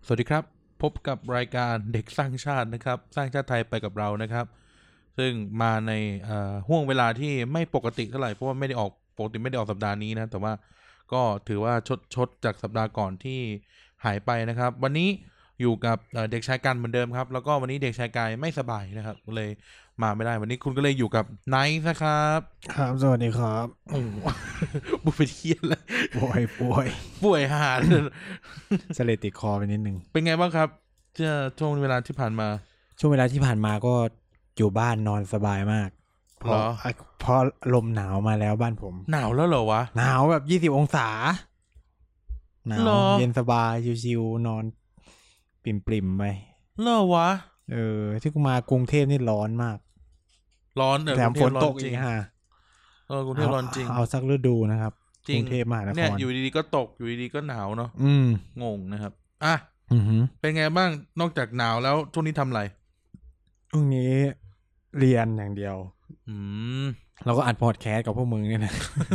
สวัสดีครับพบกับรายการเด็กสร้างชาตินะครับสร้างชาติไทยไปกับเรานะครับซึ่งมาในห่วงเวลาที่ไม่ปกติเท่าไหร่เพราะว่าไม่ได้ออกปกติไม่ได้ออกสัปดาห์นี้นะแต่ว่าก็ถือว่าชดจากสัปดาห์ก่อนที่หายไปนะครับวันนี้อยู่กับเด็กชายกันเหมือนเดิมครับแล้วก็วันนี้เด็กชายกายไม่สบายนะครับเลยมาไม่ได้วันนี้คุณก็เลยอยู่กับไนท์นะครับครับสวัสดีครับโอ้บุฟเฟ่เทียนเลยป่วยหาสเลติคอไปนิดนึงเป็นไงบ้างครับช่วงเวลาที่ผ่านมาช่วงเวลาที่ผ่านมาก็อยู่บ้านนอนสบายมากเพราะลมหนาวมาแล้วบ้านผมหนาวแล้วเหรอวะหนาวแบบ20 องศาหนาวเย็นสบายชิวๆนอนปริ่มๆไปเหรอวะที่กูมากรุงเทพนี่ร้อนมากร้อนแถมฝนตกอีกฮะกรุงเทพร้อนจริงเอาสักฤดูนะครับกรุงเทพมหานครเนี่ยอยู่ดีๆก็ตกอยู่ดีๆก็หนาวเนาะงงนะครับอ่ะเป็นไงบ้างนอกจากหนาวแล้วช่วงนี้ทำอะไรช่วงนี้เรียนอย่างเดียวแล้วก็อัดพอดแคสต์กับพวกมึงเนี่ยนะ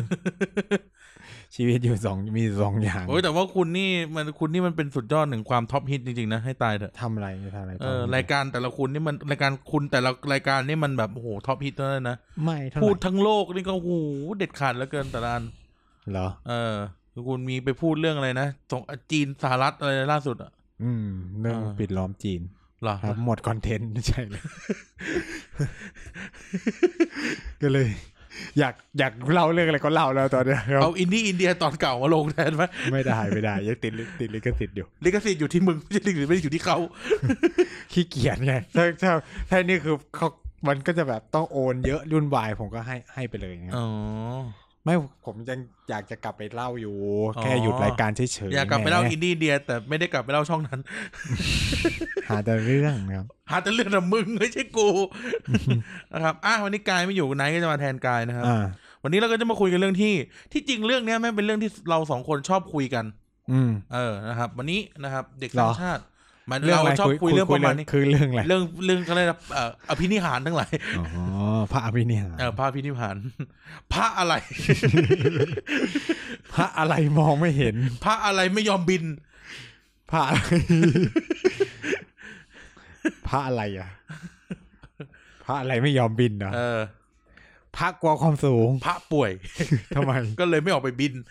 ชีวิตอยู่มี2อย่างโอ้ยแต่ว่าคุณนี่มันเป็นสุดยอดหนึ่งความท็อปฮิตจริงๆนะให้ตายเถอะทำอะไรรายการแต่ละคุณนี่มันรายการคุณแต่ละรายการนี่มันแบบโอ้โหท็อปฮิตเท่านั้นนะไม่พูดทั้งโลกนี่ก็โอ้โหเด็ดขาดเหลือเกินแต่ละอันเหรอคุณมีไปพูดเรื่องอะไรนะสงจีนสหรัฐอะไรล่าสุดอ่ะเรื่องปิดล้อมจีนเหรอครับหมดคอนเทนต์ไม่ใช่เลย ก็เลยอยากเล่าเรื่องอะไรก็เล่าแล้วตอนนี้เอาอินเดียตอนเก่ามาลงแทนไหมไม่ได้ยังติดลิขสิทธิ์อยู่ลิขสิทธิ์อยู่ที่มึงไม่ใช่ลิขสิทธิ์ไม่ได้อยู่ที่เขาขี้เกียจไงถ้านี่คือเขามันก็จะแบบต้องโอนเยอะรุ่นวายผมก็ให้ไปเลยอ๋อไม่ผมยังอยากจะกลับไปเล่าอยู่แค่หยุดรายการเฉยๆอยากกลับไปเล่าอินเดียแต่ไม่ได้กลับไปเล่าช่องนั้นหาแต่เรื่องครับหาแต่เรื่องแต่มึงไม่ใช่กูนะครับวันนี้กายไม่อยู่ไนท์ก็จะมาแทนกายนะครับวันนี้เราก็จะมาคุยกันเรื่องที่จริงเรื่องนี้แม่งเป็นเรื่องที่เรา2คนชอบคุยกันนะครับวันนี้นะครับเด็กสร้างชาติเราชอบคุยเรื่องประมาณนี้คือเรื่องอะไรเรื่องอะไรนะอภินิหารทั้งหลายพระอภินิหารพระอภินิหารพระอะไรพระอะไรมองไม่เห็นพระอะไรไม่ยอมบินพระอะไรพระอะไรอ่ะพระอะไรไม่ยอมบินนะพระกลัวความสูงพระป่วยทำไมก็เลยไม่ออกไปบิน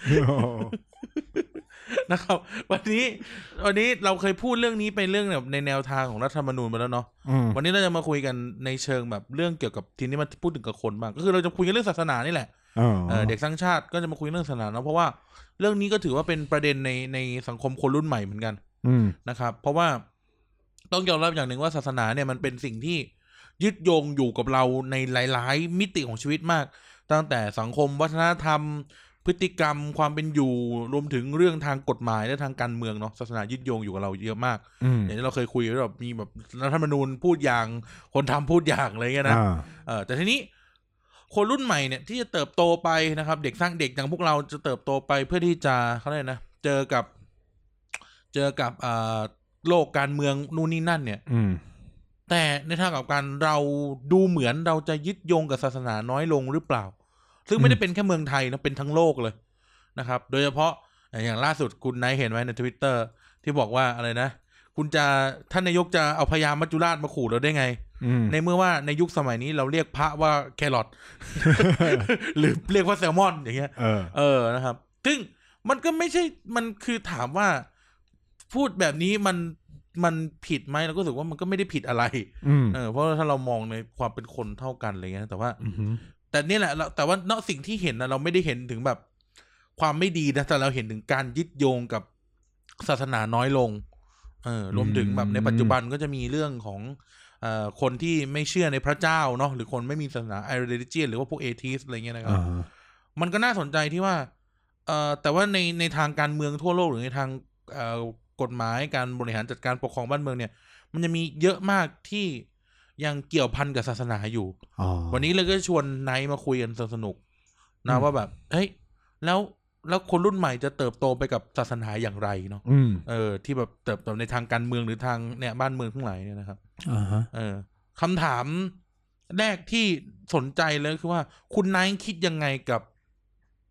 นะครับวันนี้เราเคยพูดเรื่องนี้ไปเรื่องแบบในแนวทางของรัฐธรรมนูญไปแล้วเนาะวันนี้เราจะมาคุยกันในเชิงแบบเรื่องเกี่ยวกับทีนี้มาพูดถึงกับคนบ้างก็คือเราจะคุยกันเรื่องศาสนานี่แหละเด็กสร้างชาติก็จะมาคุยเรื่องศาสนาเนาะเพราะว่าเรื่องนี้ก็ถือว่าเป็นประเด็นในสังคมคนรุ่นใหม่เหมือนกันนะครับเพราะว่าต้องยอมรับอย่างหนึ่งว่าศาสนาเนี่ยมันเป็นสิ่งที่ยึดโยงอยู่กับเราในหลายๆมิติของชีวิตมากตั้งแต่สังคมวัฒนธรรมพฤติกรรมความเป็นอยู่รวมถึงเรื่องทางกฎหมายและทางการเมืองเนาะศาสนายึดโยงอยู่กับเราเยอะมากอย่างที่เราเคยคุยแบบมีแบบรัฐธรรมนูญพูดอย่างคนทำพูดอย่างอะไรเงี้ยนะแต่ทีนี้คนรุ่นใหม่เนี่ยที่จะเติบโตไปนะครับเด็กสร้างเด็กอย่างพวกเราจะเติบโตไปเพื่อที่จะเขาเรียกนะเจอกับโลกการเมืองนู่นนี่นั่นเนี่ยแต่ในทางกับการเราดูเหมือนเราจะยึดโยงกับศาสนาน้อยลงหรือเปล่าซึ่งไม่ได้เป็นแค่เมืองไทยนะเป็นทั้งโลกเลยนะครับโดยเฉพาะอย่างล่าสุดคุณนายเห็นไว้ใน Twitter ที่บอกว่าอะไรนะท่านนายกจะเอาพญามัจจุราชมาขู่เราได้ไงในเมื่อว่าในยุคสมัยนี้เราเรียกพระว่าแครอท หรือเรียกว่าแซลมอนอย่างเงี้ยนะครับซึ่งมันก็ไม่ใช่มันคือถามว่าพูดแบบนี้มันผิดไหมเราก็รู้สึกว่ามันก็ไม่ได้ผิดอะไรเพราะถ้าเรามองในความเป็นคนเท่ากันอะไรเงี้ยแต่ว่าแต่นี่แหละแต่ว่าเนาะสิ่งที่เห็นนะเราไม่ได้เห็นถึงแบบความไม่ดีนะแต่เราเห็นถึงการยึดโยงกับศาสนาน้อยลงรวมถึงแบบในปัจจุบันก็จะมีเรื่องของคนที่ไม่เชื่อในพระเจ้าเนาะหรือคนไม่มีศาสนา irreligion หรือว่าพวก atheist อะไรเงี้ยนะครับมันก็น่าสนใจที่ว่าแต่ว่าในทางการเมืองทั่วโลกหรือในทางกฎหมายการบริหารจัดการปกครองบ้านเมืองเนี่ยมันจะมีเยอะมากที่ยังเกี่ยวพันกับศาสนาอยู่วันนี้เราก็ชวนไนท์มาคุยกันสนุกนะว่าแบบเฮ้ยแล้วคนรุ่นใหม่จะเติบโตไปกับศาสนาอย่างไรเนาะที่แบบเติบโตในทางการเมืองหรือทางเนี่ยบ้านเมืองทั้งหลายเนี่ยนะครับคำถามแรกที่สนใจเลยคือว่าคุณไนท์คิดยังไงกับ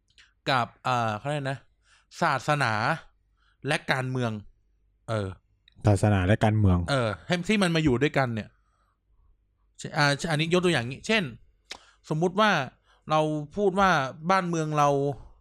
เขาเรียกนะศาสนาและการเมืองศาสนาและการเมืองให้ที่มันมาอยู่ด้วยกันเนี่ยอันนี้ยกตัวอย่างนี้เช่นสมมุติว่าเราพูดว่าบ้านเมืองเรา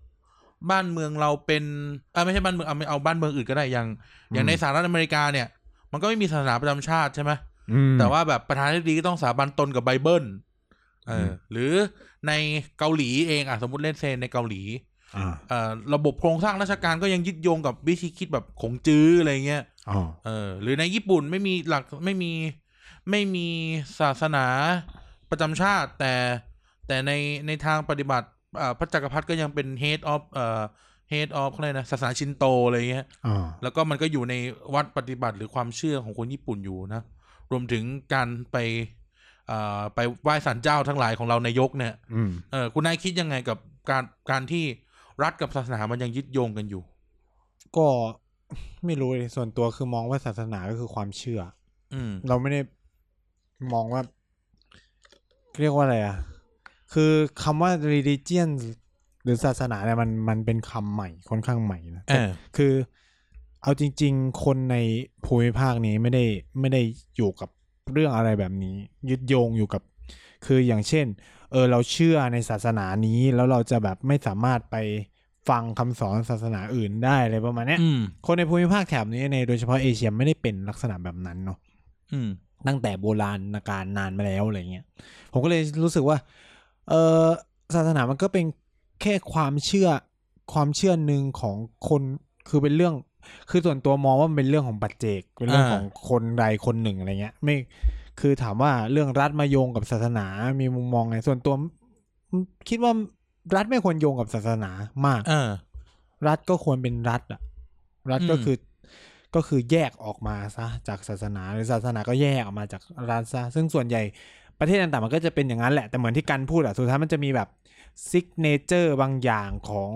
เป็นไม่ใช่บ้านเมืองเอาบ้านเมืองอื่นก็ได้อย่างในสหรัฐอเมริกาเนี่ยมันก็ไม่มีศาสนาประจำชาติใช่ไหมแต่ว่าแบบประธานาธิบดีก็ต้องสาบานตนกับไบเบิลหรือในเกาหลีเองสมมติเล่นเซนในเกาหลีระบบโครงสร้างราชการก็ยังยึดโยงกับวิธีคิดแบบขงจื้ออะไรเงี้ยหรือในญี่ปุ่นไม่มีศาสนาประจำชาติแต่ในทางปฏิบัติพระจักรพรรดิก็ยังเป็น head of อะไรนะศาสนาชินโตอะไรเงี้ยแล้วก็มันก็อยู่ในวัดปฏิบัติหรือความเชื่อของคนญี่ปุ่นอยู่นะรวมถึงการไปไหว้ศาลเจ้าทั้งหลายของเราในยกเนี่ยคุณนายคิดยังไงกับการที่รัฐกับศาสนามันยังยึดโยงกันอยู่ก็ไม่รู้เลยส่วนตัวคือมองว่าศาสนาก็คือความเชื่อเราไม่ได้มองว่าเรียกว่าอะไรคือคำว่า religion หรือศาสนาเนี่ยมันเป็นคำใหม่ค่อนข้างใหม่นะคือเอาจริงๆคนในภูมิภาคนี้ไม่ได้อยู่กับเรื่องอะไรแบบนี้ยึดโยงอยู่กับคืออย่างเช่นเราเชื่อในศาสนานี้แล้วเราจะแบบไม่สามารถไปฟังคำสอนศาสนาอื่นได้อะไรประมาณนี้คนในภูมิภาคแถบนี้โดยเฉพาะเอเชียไม่ได้เป็นลักษณะแบบนั้นเนาะตั้งแต่โบราณกาลนานมาแล้วอะไรเงี้ยผมก็เลยรู้สึกว่าศาสนามันก็เป็นแค่ความเชื่อหนึ่งของคนคือเป็นเรื่องคือส่วนตัวมองว่ามันเป็นเรื่องของปัจเจกเป็นเรื่องของคนใดคนหนึ่งอะไรเงี้ยไม่คือถามว่าเรื่องรัฐมาโยงกับศาสนามีมุมมองไงส่วนตัวคิดว่ารัฐไม่ควรโยงกับศาสนามากรัฐก็ควรเป็นรัฐรัฐก็คือแยกออกมาซะจากศาสนาหรือศาสนาก็แยกออกมาจากรัฐซะซึ่งส่วนใหญ่ประเทศต่างๆมันก็จะเป็นอย่างนั้นแหละแต่เหมือนที่กันพูดสุดท้ายมันจะมีแบบซิกเนเจอร์บางอย่างของ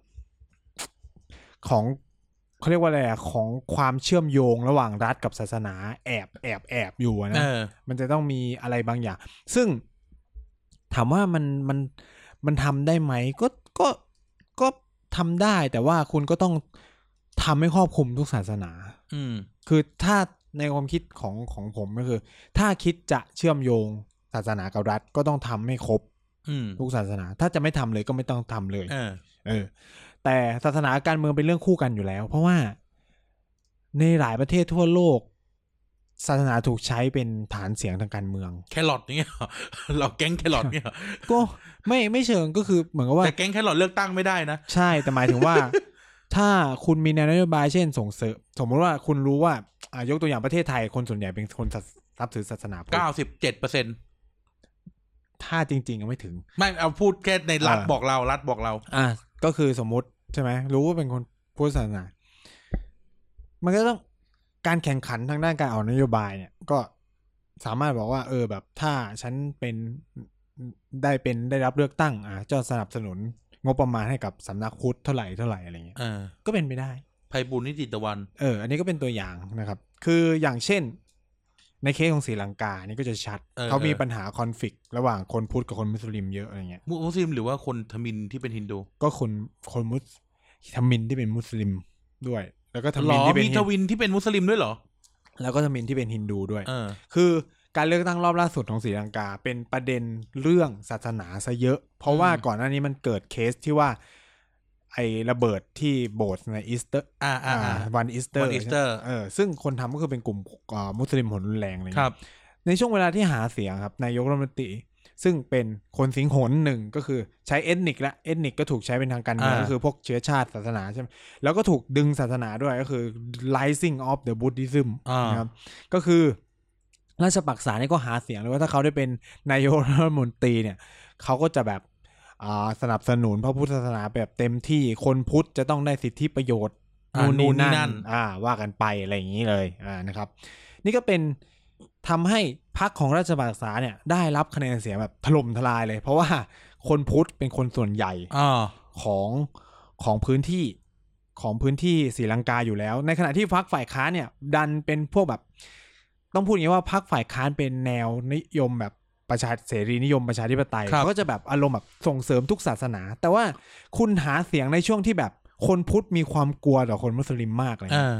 เขาเรียกว่าอะไรของความเชื่อมโยงระหว่างรัฐกับศาสนาแอบอยู่นะมันจะต้องมีอะไรบางอย่างซึ่งถามว่ามันทำได้ไหมก็ทำได้แต่ว่าคุณก็ต้องทำให้ครอบคลุมทุกศาสนาคือถ้าในความคิดของผมก็คือถ้าคิดจะเชื่อมโยงศาสนากับรัฐก็ต้องทำให้ครบทุกศาสนาถ้าจะไม่ทำเลยก็ไม่ต้องทำเลยแต่ศาสนาการเมืองเป็นเรื่องคู่กันอยู่แล้วเพราะว่าในหลายประเทศทั่วโลกศาสนาถูกใช้เป็นฐานเสียงทางการเมืองแครอทเนี่ยเราแก๊งแครอทเนี่ยก็ไม่เชิงก็คือเหมือนกับว่าแต่แก๊งแครอทเลือกตั้งไม่ได้นะใช่แต่หมายถึงว่า ถ้าคุณมีนโยบายเช่นส่งเสริมสมมติว่าคุณรู้ว่ายกตัวอย่างประเทศไทยคนส่วนใหญ่เป็นคนนับถือศาสนาพุทธ 97% ถ้าจริงๆไม่ถึงไม่เอาพูดแค่ในรัฐบอกเราก็คือสมมุติใช่ไหมรู้ว่าเป็นคนพุทธศาสนามันก็ต้องการแข่งขันทางด้านการออกนโยบายเนี่ยก็สามารถบอกว่าแบบถ้าฉันได้รับเลือกตั้งจะสนับสนุนงบประมาณให้กับสำนักพุทธเท่าไหร่อะไรเงี้ยก็เป็นไปได้ไพบูลย์นิติตะวันอันนี้ก็เป็นตัวอย่างนะครับคืออย่างเช่นในเคสของศรีลังกานี่ก็จะชัดเขามีปัญหาคอนฟลิกต์ระหว่างคนพุทธกับคนมุสลิมเยอะอะไรเงี้ยมุสลิมหรือว่าคนทมิฬที่เป็นฮินดูก็คนมุสทมิฬที่เป็นมุสลิมด้วยแล้วก็ทมิฬที่เป็นมีทวินที่เป็นมุสลิมด้วยเหรอแล้วก็ทมิฬที่เป็นฮินดูด้วยคือการเลือกตั้งรอบล่าสุดของศรีลังกาเป็นประเด็นเรื่องศาสนาซะเยอะเพราะว่าก่อนหน้านี้มันเกิดเคสที่ว่าไอ้ระเบิดที่โบสถ์ในอีสเตอร์วันอีสเตอร์ซึ่งคนทำก็คือเป็นกลุ่มมุสลิมหัวรุนแรงเลยครับในช่วงเวลาที่หาเสียงครับนายกรัฐมนตรีซึ่งเป็นคนสิงหนหนึ่งก็คือใช้เอทนิกและเอทนิกก็ถูกใช้เป็นทางการเมืองก็คือพวกเชื้อชาติศาสนาใช่ไหมแล้วก็ถูกดึงศาสนาด้วยก็คือ rising of the Buddhism นะครับก็คือราชปักษาเนี่ยก็หาเสียงเลยว่าถ้าเขาได้เป็นนายกรัฐมนตรีเนี่ยเขาก็จะแบบสนับสนุนพระพุทธศาสนาแบบเต็มที่คนพุทธจะต้องได้สิทธิประโยชน์นู่นนี่นั่นว่ากันไปอะไรอย่างนี้เลยนะครับนี่ก็เป็นทำให้พรรคของราชปักษาเนี่ยได้รับคะแนนเสียงแบบถล่มทลายเลยเพราะว่าคนพุทธเป็นคนส่วนใหญ่ของพื้นที่ศรีลังกาอยู่แล้วในขณะที่พรรคฝ่ายค้านเนี่ยดันเป็นพวกแบบต้องพูดอย่างนี้ว่าพรรคฝ่ายค้านเป็นแนวนิยมแบบประชาเสรีนิยมประชาธิปไตยเขาก็จะแบบอารมณ์แบบส่งเสริมทุกศาสนาแต่ว่าคุณหาเสียงในช่วงที่แบบคนพุทธมีความกลัวต่อคนมุสลิมมากเลย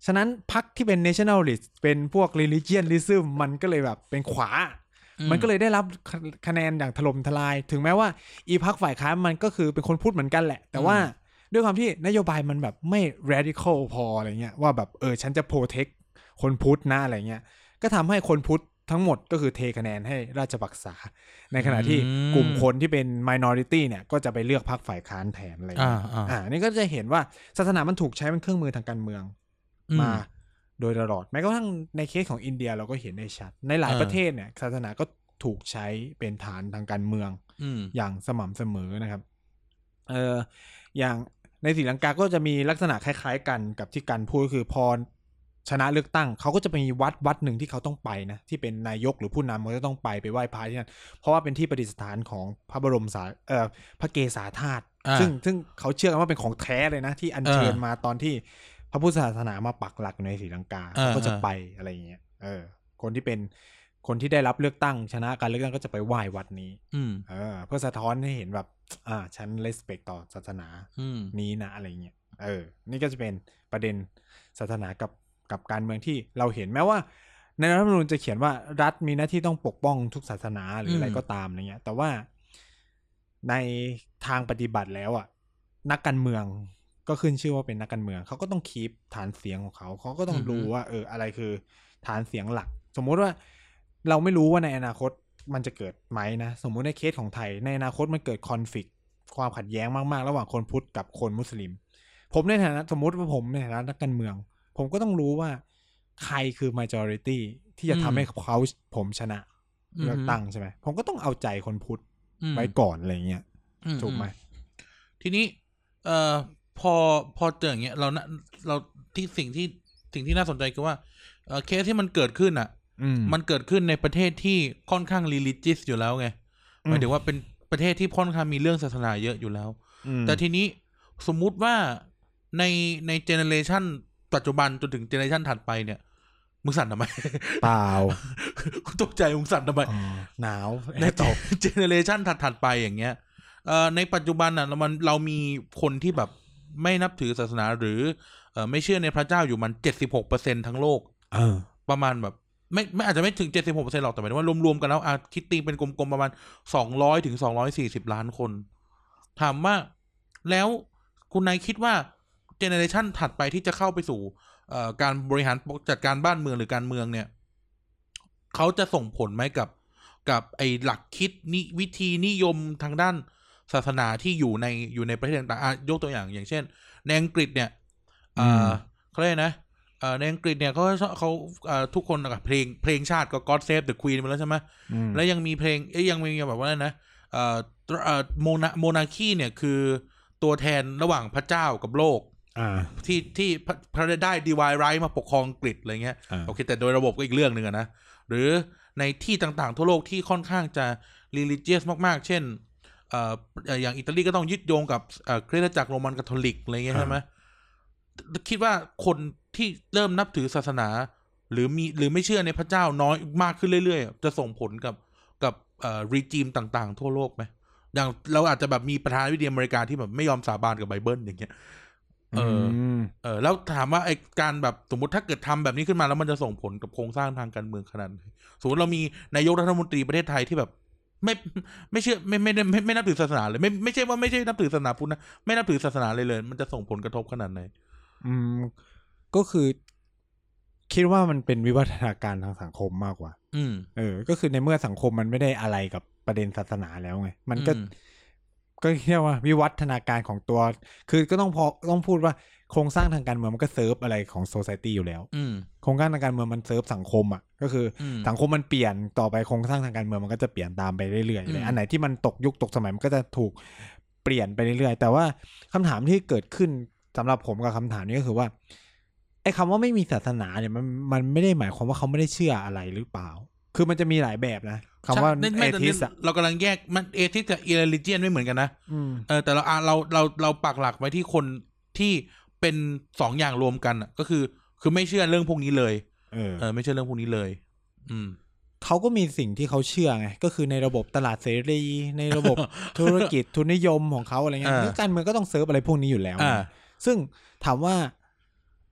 ฉะนั้นพรรคที่เป็น nationalist เป็นพวก religionism มันก็เลยแบบเป็นขวามันก็เลยได้รับคะแนนอย่างถล่มทลายถึงแม้ว่าอีพรรคฝ่ายค้านมันก็คือเป็นคนพูดเหมือนกันแหละแต่ว่าด้วยความที่นโยบายมันแบบไม่ radical พออะไรเงี้ยว่าแบบฉันจะ protect คนพุทธนะอะไรเงี้ยก็ทำให้คนพุทธทั้งหมดก็คือเทคะแนนให้ราชบัณฑิตในขณะที่กลุ่มคนที่เป็น minority เนี่ยก็จะไปเลือกพรรคฝ่ายค้านแทนอะไรเงี้ยนี่ก็จะเห็นว่าศาสนามันถูกใช้เป็นเครื่องมือทางการเมืองมาโดยตลอดแม้กระทั่งในเคสของอินเดียเราก็เห็นได้ชัดในหลายประเทศเนี่ยศาสนาก็ถูกใช้เป็นฐานทางการเมืองอย่างสม่ำเสมอนะครับอย่างในศรีลังกาก็จะมีลักษณะคล้ายๆกันกับที่กันพูดก็คือพอชนะเลือกตั้งเขาก็จะมีวัดหนึ่งที่เขาต้องไปนะที่เป็นนายกหรือผู้นำเขาจะต้องไปไหว้พระที่นั่นเพราะว่าเป็นที่ประดิษฐานของพระบรมพระเกศาธาตุซึ่งเขาเชื่อกันว่าเป็นของแท้เลยนะที่อัญเชิญมาตอนที่พระพุทธศาสนามาปักหลักในศรีลังกาเขาก็จะไปอะไรอย่างเงี้ยคนที่ได้รับเลือกตั้งชนะการเลือกตั้งก็จะไปไหว้วัดนี้เพื่อสะท้อนให้เห็นแบบฉัน respect ต่อศาสนานี้นะอะไรเงี้ยนี่ก็จะเป็นประเด็นศาสนากับการเมืองที่เราเห็นแม้ว่าในรัฐธรรมนูญจะเขียนว่ารัฐมีหน้าที่ต้องปกป้องทุกศาสนาหรืออะไรก็ตามอะไรเงี้ยแต่ว่าในทางปฏิบัติแล้วนักการเมืองก็ขึ้นชื่อว่าเป็นนักการเมืองเขาก็ต้องคีปฐานเสียงของเขาก็ต้องรู้ว่าอะไรคือฐานเสียงหลักสมมุติว่าเราไม่รู้ว่าในอนาคตมันจะเกิดไหมนะสมมุติในเคสของไทยในอนาคตมันเกิดคอนฟลิกต์ความขัดแย้งมากๆระหว่างคนพุทธกับคนมุสลิมผมในฐานะสมมุติว่าผมในฐานะนักการเมืองผมก็ต้องรู้ว่าใครคือ majority ที่จะทำให้ผมชนะเลือกตั้งใช่ไหมผมก็ต้องเอาใจคนพุทธไว้ก่อนอะไรเงี้ยถูกไหมทีนี้พอเจออย่างเงี้ยเราที่สิ่งที่น่าสนใจคือว่าเคสที่มันเกิดขึ้นมันเกิดขึ้นในประเทศที่ค่อนข้าง religious อยู่แล้วไงหมายถึงว่าเป็นประเทศที่ค่อนข้างมีเรื่องศาสนาเยอะอยู่แล้วแต่ทีนี้สมมุติว่าในเจเนเรชันปัจจุบันจนถึงเจเนอเรชันถัดไปเนี่ยมึงสั่นทำไมเปล่ากูตกใจมึงสั่นทำไมหนาวในเจเนอเรชันถัดไปอย่างเงี้ยในปัจจุบันเรามีคนที่แบบไม่นับถือศาสนาหรือไม่เชื่อในพระเจ้าอยู่มัน 76% ทั้งโลกประมาณแบบไม่อาจจะไม่ถึง 76% หรอกแต่หมายถึงว่ารวมๆกันแล้วคิดตีเป็นกลมๆประมาณ200 ถึง 240 ล้านคนถามว่าแล้วคุณนายคิดว่าเจเนอเรชันถัดไปที่จะเข้าไปสู่การบริหารจัดการบ้านเมืองหรือการเมืองเนี่ยเขาจะส่งผลไหมกับไอ้หลักคิดวิธีนิยมทางด้านศาสนาที่อยู่ในประเทศต่างๆยกตัวอย่างเช่นในอังกฤษเนี่ยเขาเรียกนะในอังกฤษเนี่ยเขาทุกคนกับเพลงชาติก็ God Save the Queen มาแล้วใช่ไหมแล้วยังมีเพลงยังมีแบบว่านะโมนาคีเนี่ยคือตัวแทนระหว่างพระเจ้ากับโลกที่พระได้ดีวายไรท์มาปกครองอังกฤษอะไรเงี้ยโอเคแต่โดยระบบก็อีกเรื่องนึงนะหรือในที่ต่างๆทั่วโลกที่ค่อนข้างจะ religious มากๆเช่นอย่างอิตาลีก็ต้องยึดโยงกับคริสตจักรโรมันคาทอลิกอะไรเงี้ยใช่ไหมคิดว่าคนที่เริ่มนับถือศาสนาหรือไม่เชื่อในพระเจ้าน้อยมากขึ้นเรื่อยๆจะส่งผลกับรีจิมต่างๆทั่วโลกไหมอย่างเราอาจจะแบบมีประธานาธิบดีอเมริกาที่แบบไม่ยอมสาบานกับไบเบิลอย่างเงี้ยแล้วถามว่าไอ้การแบบสมมติถ้าเกิดทำแบบนี้ขึ้นมาแล้วมันจะส่งผลกับโครงสร้างทางการเมืองขนาดไหนสมมติเรามีนายกรัฐมนตรีประเทศไทยที่แบบไม่เชื่อไม่นับถือศาสนาเลยไม่ใช่ว่าไม่ใช่นับถือศาสนาพุทธนะไม่นับถือศาสนาเลยมันจะส่งผลกระทบขนาดไหนก็คือคิดว่ามันเป็นวิวัฒนาการทางสังคมมากกว่าก็คือในเมื่อสังคมมันไม่ได้อะไรกับประเด็นศาสนาแล้วไงมันก็เรียกว่าวิวัฒนาการของตัวคือก็ต้องพูดว่าโครงสร้างทางการเมืองมันก็เซิร์ฟอะไรของโซไซตี้อยู่แล้วโครงสร้างทางการเมืองมันเซิร์ฟสังคมก็คือสังคมมันเปลี่ยนต่อไปโครงสร้างทางการเมืองมันก็จะเปลี่ยนตามไปเรื่อยๆเลยอันไหนที่มันตกยุคตกสมัยมันก็จะถูกเปลี่ยนไปเรื่อยๆแต่ว่าคำถามที่เกิดขึ้นสำหรับผมกับคำถามนี้ก็คือว่าไอ้คำว่าไม่มีศาสนาเนี่ยมันไม่ได้หมายความว่าเขาไม่ได้เชื่ออะไรหรือเปล่าคือมันจะมีหลายแบบนะคำว่าเอทิสเรากำลังแยกมันเอทิสกับอิเรลิเจียนไม่เหมือนกันนะแต่เราปักหลักไว้ที่คนที่เป็น2 อย่างรวมกันก็คือไม่เชื่อเรื่องพวกนี้เลยไม่เชื่อเรื่องพวกนี้เลยเขาก็มีสิ่งที่เขาเชื่อไงก็คือในระบบตลาดเสรีในระบบธุรกิจทุนนิยมของเขาอะไรเงี้ยการเมืองก็ต้องเซิร์ฟอะไรพวกนี้อยู่แล้วซึ่งถามว่า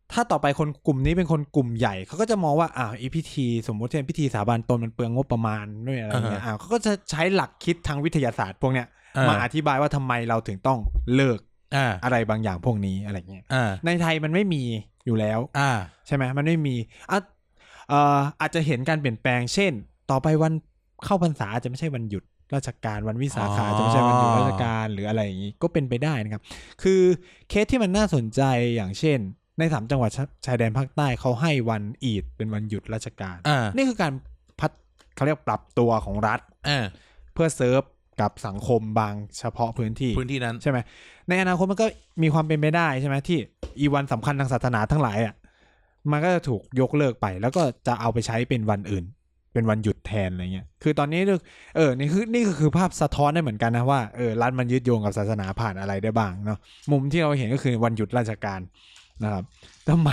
ถ้าต่อไปคนกลุ่มนี้เป็นคนกลุ่มใหญ่เขาก็จะมองว่าอีพิธีสมมติเป็นพิธีสาบานตนมันเปลืองงบประมาณด้วยอะไรเงี้ยเขาก็จะใช้หลักคิดทางวิทยาศาสตร์พวกเนี้ยมาอธิบายว่าทำไมเราถึงต้องเลิกอะไรบางอย่างพวกนี้อะไรเงี้ยในไทยมันไม่มีอยู่แล้วใช่ไหมมันไม่มีอาจจะเห็นการเปลี่ยนแปลงเช่นต่อไปวันเข้าพรรษาอาจจะไม่ใช่วันหยุดราชการวันวิสาขะจะไม่ใช่วันหยุดราชการหรืออะไรอย่างนี้ก็เป็นไปได้นะครับคือเคสที่มันน่าสนใจอย่างเช่นใน3จังหวัดชายแดนภาคใต้เขาให้วันอีดเป็นวันหยุดราชการนี่คือการเขาเรียกปรับตัวของรัฐเพื่อเซิร์ฟกับสังคมบางเฉพาะพื้นที่นั้นใช่ไหมในอนาคตมันก็มีความเป็นไปได้ใช่ไหมที่อีวันสำคัญทางศาสนาทั้งหลายมันก็จะถูกยกเลิกไปแล้วก็จะเอาไปใช้เป็นวันอื่นเป็นวันหยุดแทนอะไรเงี้ยคือตอนนี้นี่คือภาพสะท้อนได้เหมือนกันนะว่ารัฐมันยึดโยงกับศาสนาผ่านอะไรได้บ้างเนาะมุมที่เราเห็นก็คือวันหยุดราชการนะครับทำไม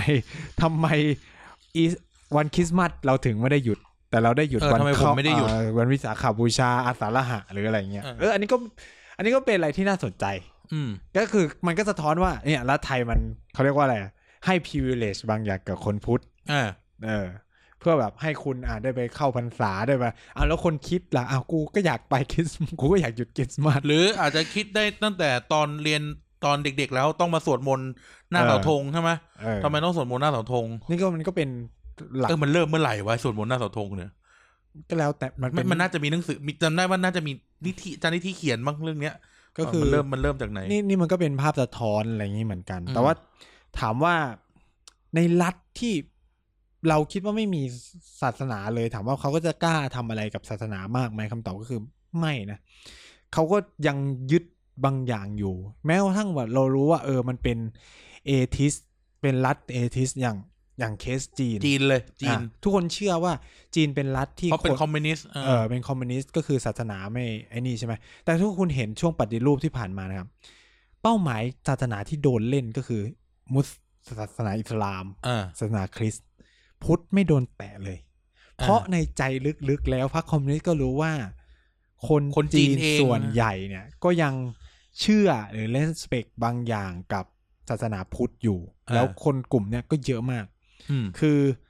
วันคริสต์มาสเราถึงไม่ได้หยุดแต่เราได้หยุดวันวันวิสาขบูชาอาสาฬหะหรืออะไรเงี้ยอันนี้ก็เป็นอะไรที่น่าสนใจก็คือมันก็สะท้อนว่าเนี่ยรัฐไทยมันเขาเรียกว่าอะไรให้ privilege บางอย่างกับคนพุทธเพื่อแบบให้คุณได้ไปเข้าพรรษาได้ไปแล้วคนคิดล่ะกูก็อยากไปคริสต์กูก็อยากหยุดคริสต์มาสหรืออาจจะคิดได้ตั้งแต่ตอนเรียนตอนเด็กๆแล้วต้องมาสวดมนต์หน้าเสาธงใช่ไหมทำไมต้องสวดมนต์หน้าเสาธงนี่ก็มันก็เป็นหลักมันเริ่มเมื่อไหร่วะสวดมนต์หน้าเสาธงเนี่ยก็แล้วแต่มันน่าจะมีหนังสือจำได้ว่าน่าจะมีนิธิเขียนบ้างเรื่องเนี้ยก็คือมันเริ่มจากไหนนี่มันก็เป็นภาพสะท้อนอะไรอย่างนี้เหมือนกันแต่ว่าถามว่าในรัฐที่เราคิดว่าไม่มีศาสนาเลยถามว่าเขาก็จะกล้าทำอะไรกับศาสนามากไหมคำตอบก็คือไม่นะเขาก็ยังยึดบางอย่างอยู่แม้กระทั่งว่าเรารู้ว่ามันเป็นเอทิสเป็นรัฐเอทิสอย่างเคสจีนเลยจีนทุกคนเชื่อว่าจีนเป็นรัฐที่เขาเป็นคอมมิวนิสต์เป็นคอมมิวนิสต์ก็คือศาสนาไม่ไอ้นี่ใช่ไหมแต่ทุกคนเห็นช่วงปฏิรูปที่ผ่านมานะครับเป้าหมายศาสนาที่โดนเล่นก็คือศาสนาอิสลามศาสนาคริสต์พุทธไม่โดนแตะเลยเพราะในใจลึกๆแล้วพรรคคอมมิวนิสต์ก็รู้ว่าคนจีนส่วนใหญ่เนี่ยก็ยังเชื่อหรือ respect บางอย่างกับศาสนาพุทธอยู่แล้วคนกลุ่มเนี้ยก็เยอะมากคื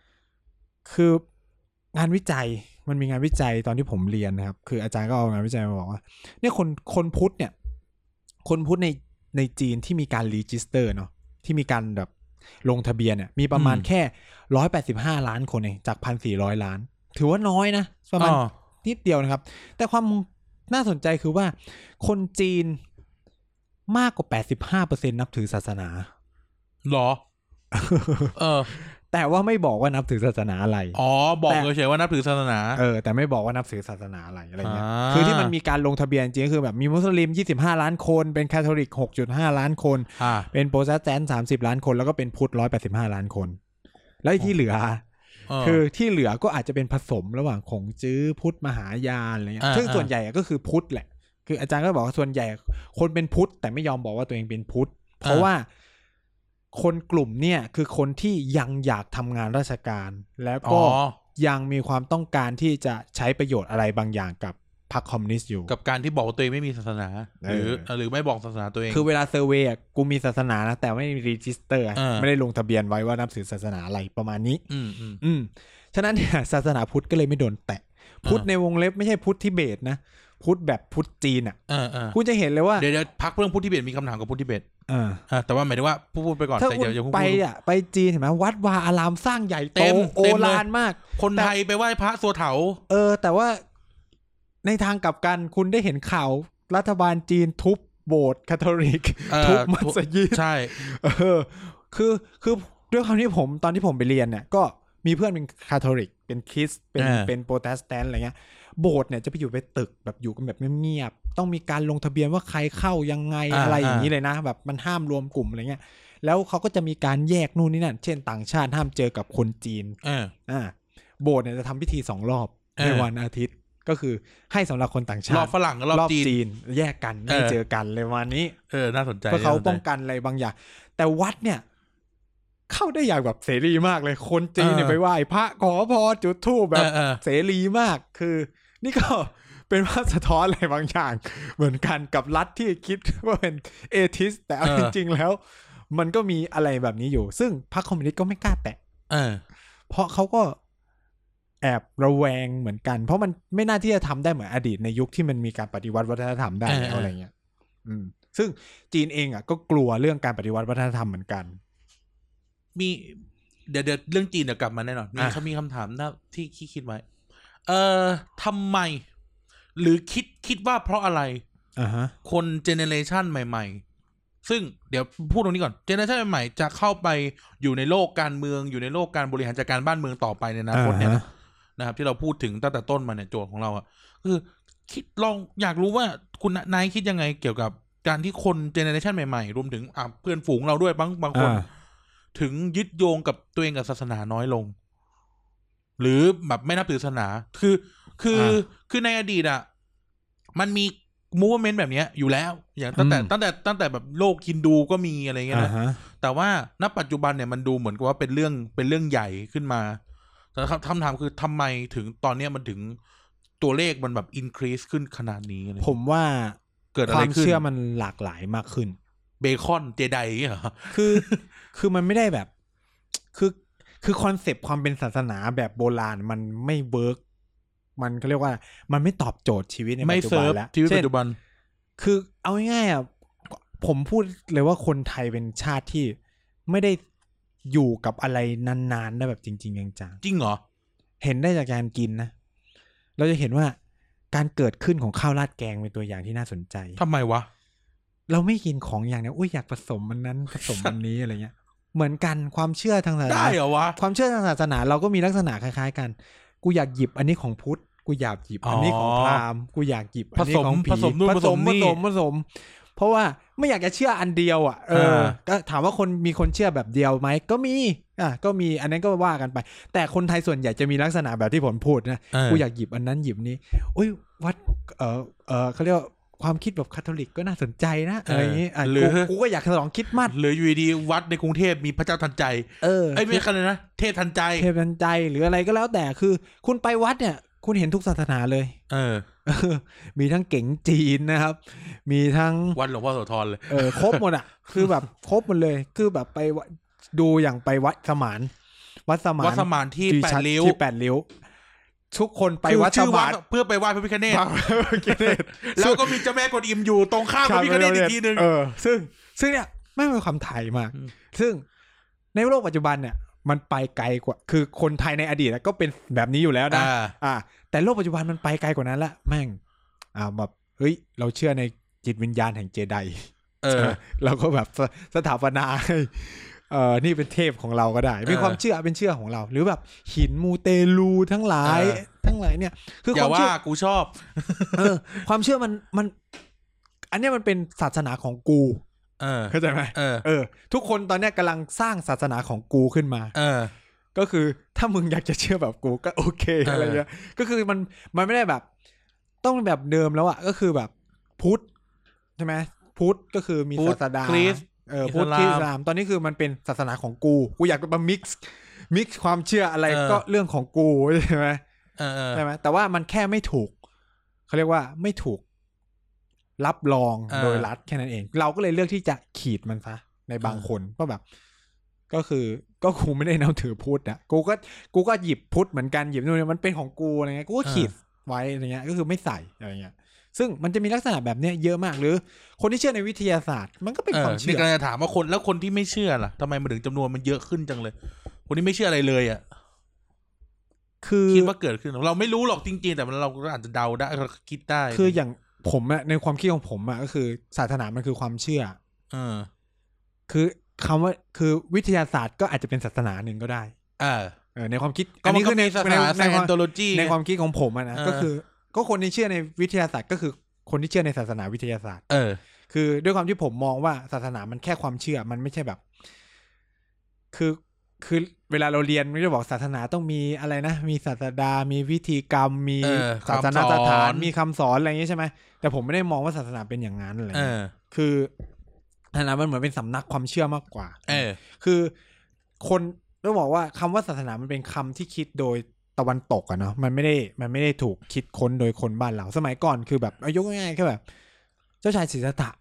องานวิจัยมันมีงานวิจัยตอนที่ผมเรียนนะครับคืออาจารย์ก็เอางานวิจัยมาบอกว่าเนี่ยคนพุทธเนี่ยคนพุทธในจีนที่มีการรีจิสเตอร์เนาะที่มีการแบบลงทะเบียนเนี่ยมีประมาณแค่185ล้านคนเองจาก 1,400 ล้านถือว่าน้อยนะประมาณนิดเดียวนะครับแต่ความน่าสนใจคือว่าคนจีนมากกว่า 85% นับถือศาสนาหรอแต่ว่าไม่บอกว่านับถือศาสนาอะไรบอกเฉยๆว่านับถือศาสนาแต่ไม่บอกว่านับถือศาสนาอะไรเงี้ยคือที่มันมีการลงทะเบียนจริงก็คือแบบมีมุสลิม25ล้านคนเป็นคาทอลิก 6.5 ล้านคนเป็นโปรเตสแตนต์30ล้านคนแล้วก็เป็นพุทธ185ล้านคนแล้วที่เหลือคือที่เหลือก็อาจจะเป็นผสมระหว่างของจื้อพุทธมหายานอะไรเงี้ยซึ่งส่วนใหญ่ก็คือพุทธแหละคืออาจารย์ก็บอกว่าส่วนใหญ่คนเป็นพุทธแต่ไม่ยอมบอกว่าตัวเองเป็นพุทธเพราะว่าคนกลุ่มเนี่ยคือคนที่ยังอยากทำงานราชการแล้วก็ยังมีความต้องการที่จะใช้ประโยชน์อะไรบางอย่างกับพรรคคอมมิวนิสต์อยู่กับการที่บอกว่าตัวเองไม่มีศาสนาหรือไม่บอกศาสนาตัวเองคือเวลาเซอร์เวย์กูมีศาสนานะแต่ไม่มีรีจิสเตอร์ไม่ได้ลงทะเบียนไว้ว่านับถือศาสนาอะไรประมาณนี้ฉะนั้นเนี่ยศาสนาพุทธก็เลยไม่โดนแตะพุทธในวงเล็บไม่ใช่พุทธทิเบตนะพุทธแบบพุทธจีนคุณจะเห็นเลยว่าเดี๋ยวพักเรื่องพุทธทิเบตมีคำถามกับพุทธทิเบตแต่ว่าหมายถึงว่าพูดไปก่อนแต่เดี๋ยวไปจีนเห็นไหมวัดวาอารามสร้างใหญ่โตโอฬารมากคนไทยไปไหว้พระสัวเถาแต่ว่าในทางกลับกันคุณได้เห็นข่าวรัฐบาลจีนทุบโบสถ์คาทอลิกทุบมัสยิดใช่คือด้วยความที่ผมตอนที่ผมไปเรียนเนี่ยก็มีเพื่อนเป็นคาทอลิกเป็นคริสต์เป็นโปรเตสแตนต์อะไรเงี้ยโบสถ์เนี่ยจะไปอยู่ไปตึกแบบอยู่กันแบบเงียบๆต้องมีการลงทะเบียนว่าใครเข้ายังไงอะไรอย่างนี้เลยนะแบบมันห้ามรวมกลุ่มอะไรเงี้ยแล้วเขาก็จะมีการแยกนู่นนี่นั่นเช่นต่างชาติห้ามเจอกับคนจีนโบสถ์เนี่ยจะทำพิธี2รอบในวันอาทิตย์ก็คือให้สำหรับคนต่างชาติรอบฝรั่งกับรอบจีนแยกกันไม่เจอกันเลยวันนี้น่าสนใจเพราะเขาป้องกันอะไรบางอย่างแต่วัดเนี่ยเข้าได้อย่างแบบเสรีมากเลยคนจีนเนี่ยไปไหว้พระขอพรจุดธูปแบบเสรีมากคือนี่ก็เป็นภาพสะท้อนอะไรบางอย่างเหมือนกันกับรัฐที่คิดว่าเป็นเอทิสแต่จริงๆแล้วมันก็มีอะไรแบบนี้อยู่ซึ่งพรรคคอมมิวนิสต์ก็ไม่กล้าแตะเพราะเขาก็แอบระแวงเหมือนกันเพราะมันไม่น่าที่จะทำได้เหมือนอดีตในยุคที่มันมีการปฏิวัติวัฒนธรรมได้แล้วอะไรเงี้ยซึ่งจีนเองอ่ะก็กลัวเรื่องการปฏิวัติวัฒนธรรมเหมือนกันมีเดี๋ยวเรื่องจีนเดี๋ยวกลับมาแน่นอนเขามีคำถามนะที่คิดไว้ทำไมหรือคิดว่าเพราะอะไรคนเจเนเรชันใหม่ๆซึ่งเดี๋ยวพูดตรงนี้ก่อนเจเนอเรชันใหม่ๆจะเข้าไปอยู่ในโลกการเมืองอยู่ในโลกการบริหารจัดการบ้านเมืองต่อไปในอนาคตเนี่ยนะครับที่เราพูดถึงตั้งแต่ต้นมาเนี่ยโจทย์ของเราอ่ะคือลองอยากรู้ว่าคุณนายคิดยังไงเกี่ยวกับการที่คนเจเนอเรชันใหม่ๆรวมถึงเพื่อนฝูงเราด้วยบางคนถึงยึดโยงกับตัวเองกับศาสนาน้อยลงหรือแบบไม่นับถือศาสนาคือในอดีตอ่ะมันมีมูฟเมนต์แบบนี้อยู่แล้วอย่างตั้งแต่แบบโลกฮินดูก็มีอะไรเงี้ยนะแต่ว่าณปัจจุบันเนี่ยมันดูเหมือนกับว่าเป็นเรื่องใหญ่ขึ้นมาแต่คำถามคือทำไมถึงตอนนี้มันถึงตัวเลขมันแบบอินครีสขึ้นขนาดนี้ผมว่าเกิดอะไรขึ้นความเชื่อมันหลากหลายมากขึ้นเบคอนเจไดเหรอคือมันไม่ได้แบบคือคอนเซปต์ความเป็นศาสนาแบบโบราณมันไม่เวิร์กมันเขาเรียกว่ามันไม่ตอบโจทย์ชีวิตในปัจจุบันแล้วชีวิตปัจจุบันคือเอาง่ายๆอ่ะผมพูดเลยว่าคนไทยเป็นชาติที่ไม่ได้อยู่กับอะไรนานๆได้แบบจริงๆจังๆจริงเหรอเห็นได้จากการกินนะเราจะเห็นว่าการเกิดขึ้นของข้าวราดแกงเป็นตัวอย่างที่น่าสนใจทำไมวะเราไม่กินของอย่างนี้อยากผสมมันนั้นผสมมันนี้อะไรเงี้ยเหมือนกันความเชื่อทางศาสนาได้เหรอวะความเชื่อทางศาสนาเราก็มีลักษณะคล้ายๆกันกูอยากหยิบอันนี้ของพุทธกูอยากหยิบอันนี้ของพราหมณ์กูอยากหยิบอันนี้ของผีผสมเพราะว่าไม่อยากจะเชื่ออันเดียวอ่ะก็ถามว่ามีคนเชื่อแบบเดียวไหมก็มีก็มีอันนั้นก็ว่ากันไปแต่คนไทยส่วนใหญ่จะมีลักษณะแบบที่ผมพูดนะกูอยากหยิบอันนั้นหยิบนี้วัดเขาเรียกความคิดแบบคาทอลิกก็น่าสนใจนะอะไรอย่างนี้หรือกูก็อยากฉลองคริสต์มาสหรืออยู่ดีวัดในกรุงเทพมีพระเจ้าทันใจไม่ใช่เลยนะเทพทันใจหรืออะไรก็แล้วแต่คือคุณไปวัดเนี่ยคุณเห็นทุกศาสนาเลยมีทั้งเก๋งจีนนะครับมีทั้งวัดหลวงพ่อโสธรเลยครบหมดอ่ะคือแบบครบหมดเลยคือแบบไปดูอย่างไปวัดสมานที่8 ริ้วทุกคนไปวัดสมานเพื่อไปไหว้พระพิฆเนศแล้วก็มีเจ้าแม่กวนอิมอยู่ตรงข้ามพระพิฆเนศอีกทีนึงซึ่งเนี่ยไม่เป็นความไทยมากซึ่งในโลกปัจจุบันเนี่ยมันไปไกลกว่าคือคนไทยในอดีตก็เป็นแบบนี้อยู่แล้วนะแต่โลกปัจจุบันมันไปไกลกว่านั้นละแม่งแบบเฮ้ยเราเชื่อในจิตวิญญาณแห่งเจไดเราก็แบบสถาปนาให้นี่เป็นเทพของเราก็ได้เป็นความเชื่อเป็นเชื่อของเราหรือแบบหินมูเตลูทั้งหลายเนี่ยคือความเชื่อกูชอบความเชื่อมันอันนี้มันเป็นศาสนาของกูเข้าใจไหมทุกคนตอนนี้กำลังสร้างศาสนาของกูขึ้นมาก็คือถ้ามึงอยากจะเชื่อแบบกูก็โอเคอะไรเงี้ยก็คือมันไม่ได้แบบต้องแบบเดิมแล้วอ่ะก็คือแบบพุทธใช่ไหมพุทธก็คือมีศาสดาพุทธอิสลามตอนนี้คือมันเป็นศาสนาของกูอยากมามิกซ์ความเชื่ออะไรก็เรื่องของกูใช่ไหมใช่ไหมแต่ว่ามันแค่ไม่ถูกเขาเรียกว่าไม่ถูกรับรองโดยรัฐแค่นั้นเองเราก็เลยเลือกที่จะขีดมันซะในบางคนก็แบบก็คือก็กูไม่ได้นับถือพุทธอ่ะกูก็หยิบพุทธเหมือนกันหยิบนู่นมันเป็นของกูอะไรเงี้ยกูก็ขีดไว้อะไรเงี้ยก็คือไม่ใส่อะไรเงี้ยซึ่งมันจะมีลักษณะแบบเนี้ยเยอะมากหรือคนที่เชื่อในวิทยาศาสตร์มันก็เป็นความเชื่อนี่กำลังจะถามว่าคนที่ไม่เชื่อล่ะทำไมมันถึงจำนวนมันเยอะขึ้นจังเลยคนที่ไม่เชื่ออะไรเลยอ่ะคือคิดว่าเกิดขึ้นเราไม่รู้หรอกจริงๆแต่เราก็อาจจะเดาได้คิดได้คืออย่างผมอะในความคิดของผมอะก็คือศาสนามันคือความเชื่อคือคำว่าคือวิทยาศาสตร์ก็อาจจะเป็นศาสนาหนึ่งก็ได้ในความคิดอันนี้คือในศาสนาไซเอนโทโลจีในความคิดของผมอะนะก็คือก็คนที่เชื่อในวิทยาศาสตร์ก็คือคนที่เชื่อในศาสนาวิทยาศาสตร์คือด้วยความที่ผมมองว่าศาสนามันแค่ความเชื่อมันไม่ใช่แบบคือเวลาเราเรียนไม่ได้บอกศาสนาต้องมีอะไรนะมีศาสดามีวิธีกรรมมีศาสนาสถานมีคำสอนอะไรอย่างนี้ใช่ไหมแต่ผมไม่ได้มองว่าศาสนาเป็นอย่างนั้นเลยคือศาสนามันเหมือนเป็นสำนักความเชื่อมากกว่าคือคนต้องบอกว่าคำว่าศาสนามันเป็นคำที่คิดโดยตะวันตกอะเนาะมันไม่ได้ถูกคิดค้นโดยคนบ้านเราสมัยก่อนคือแบบยกง่ายๆแค่แบบเจ้าชายสิทธัตถะ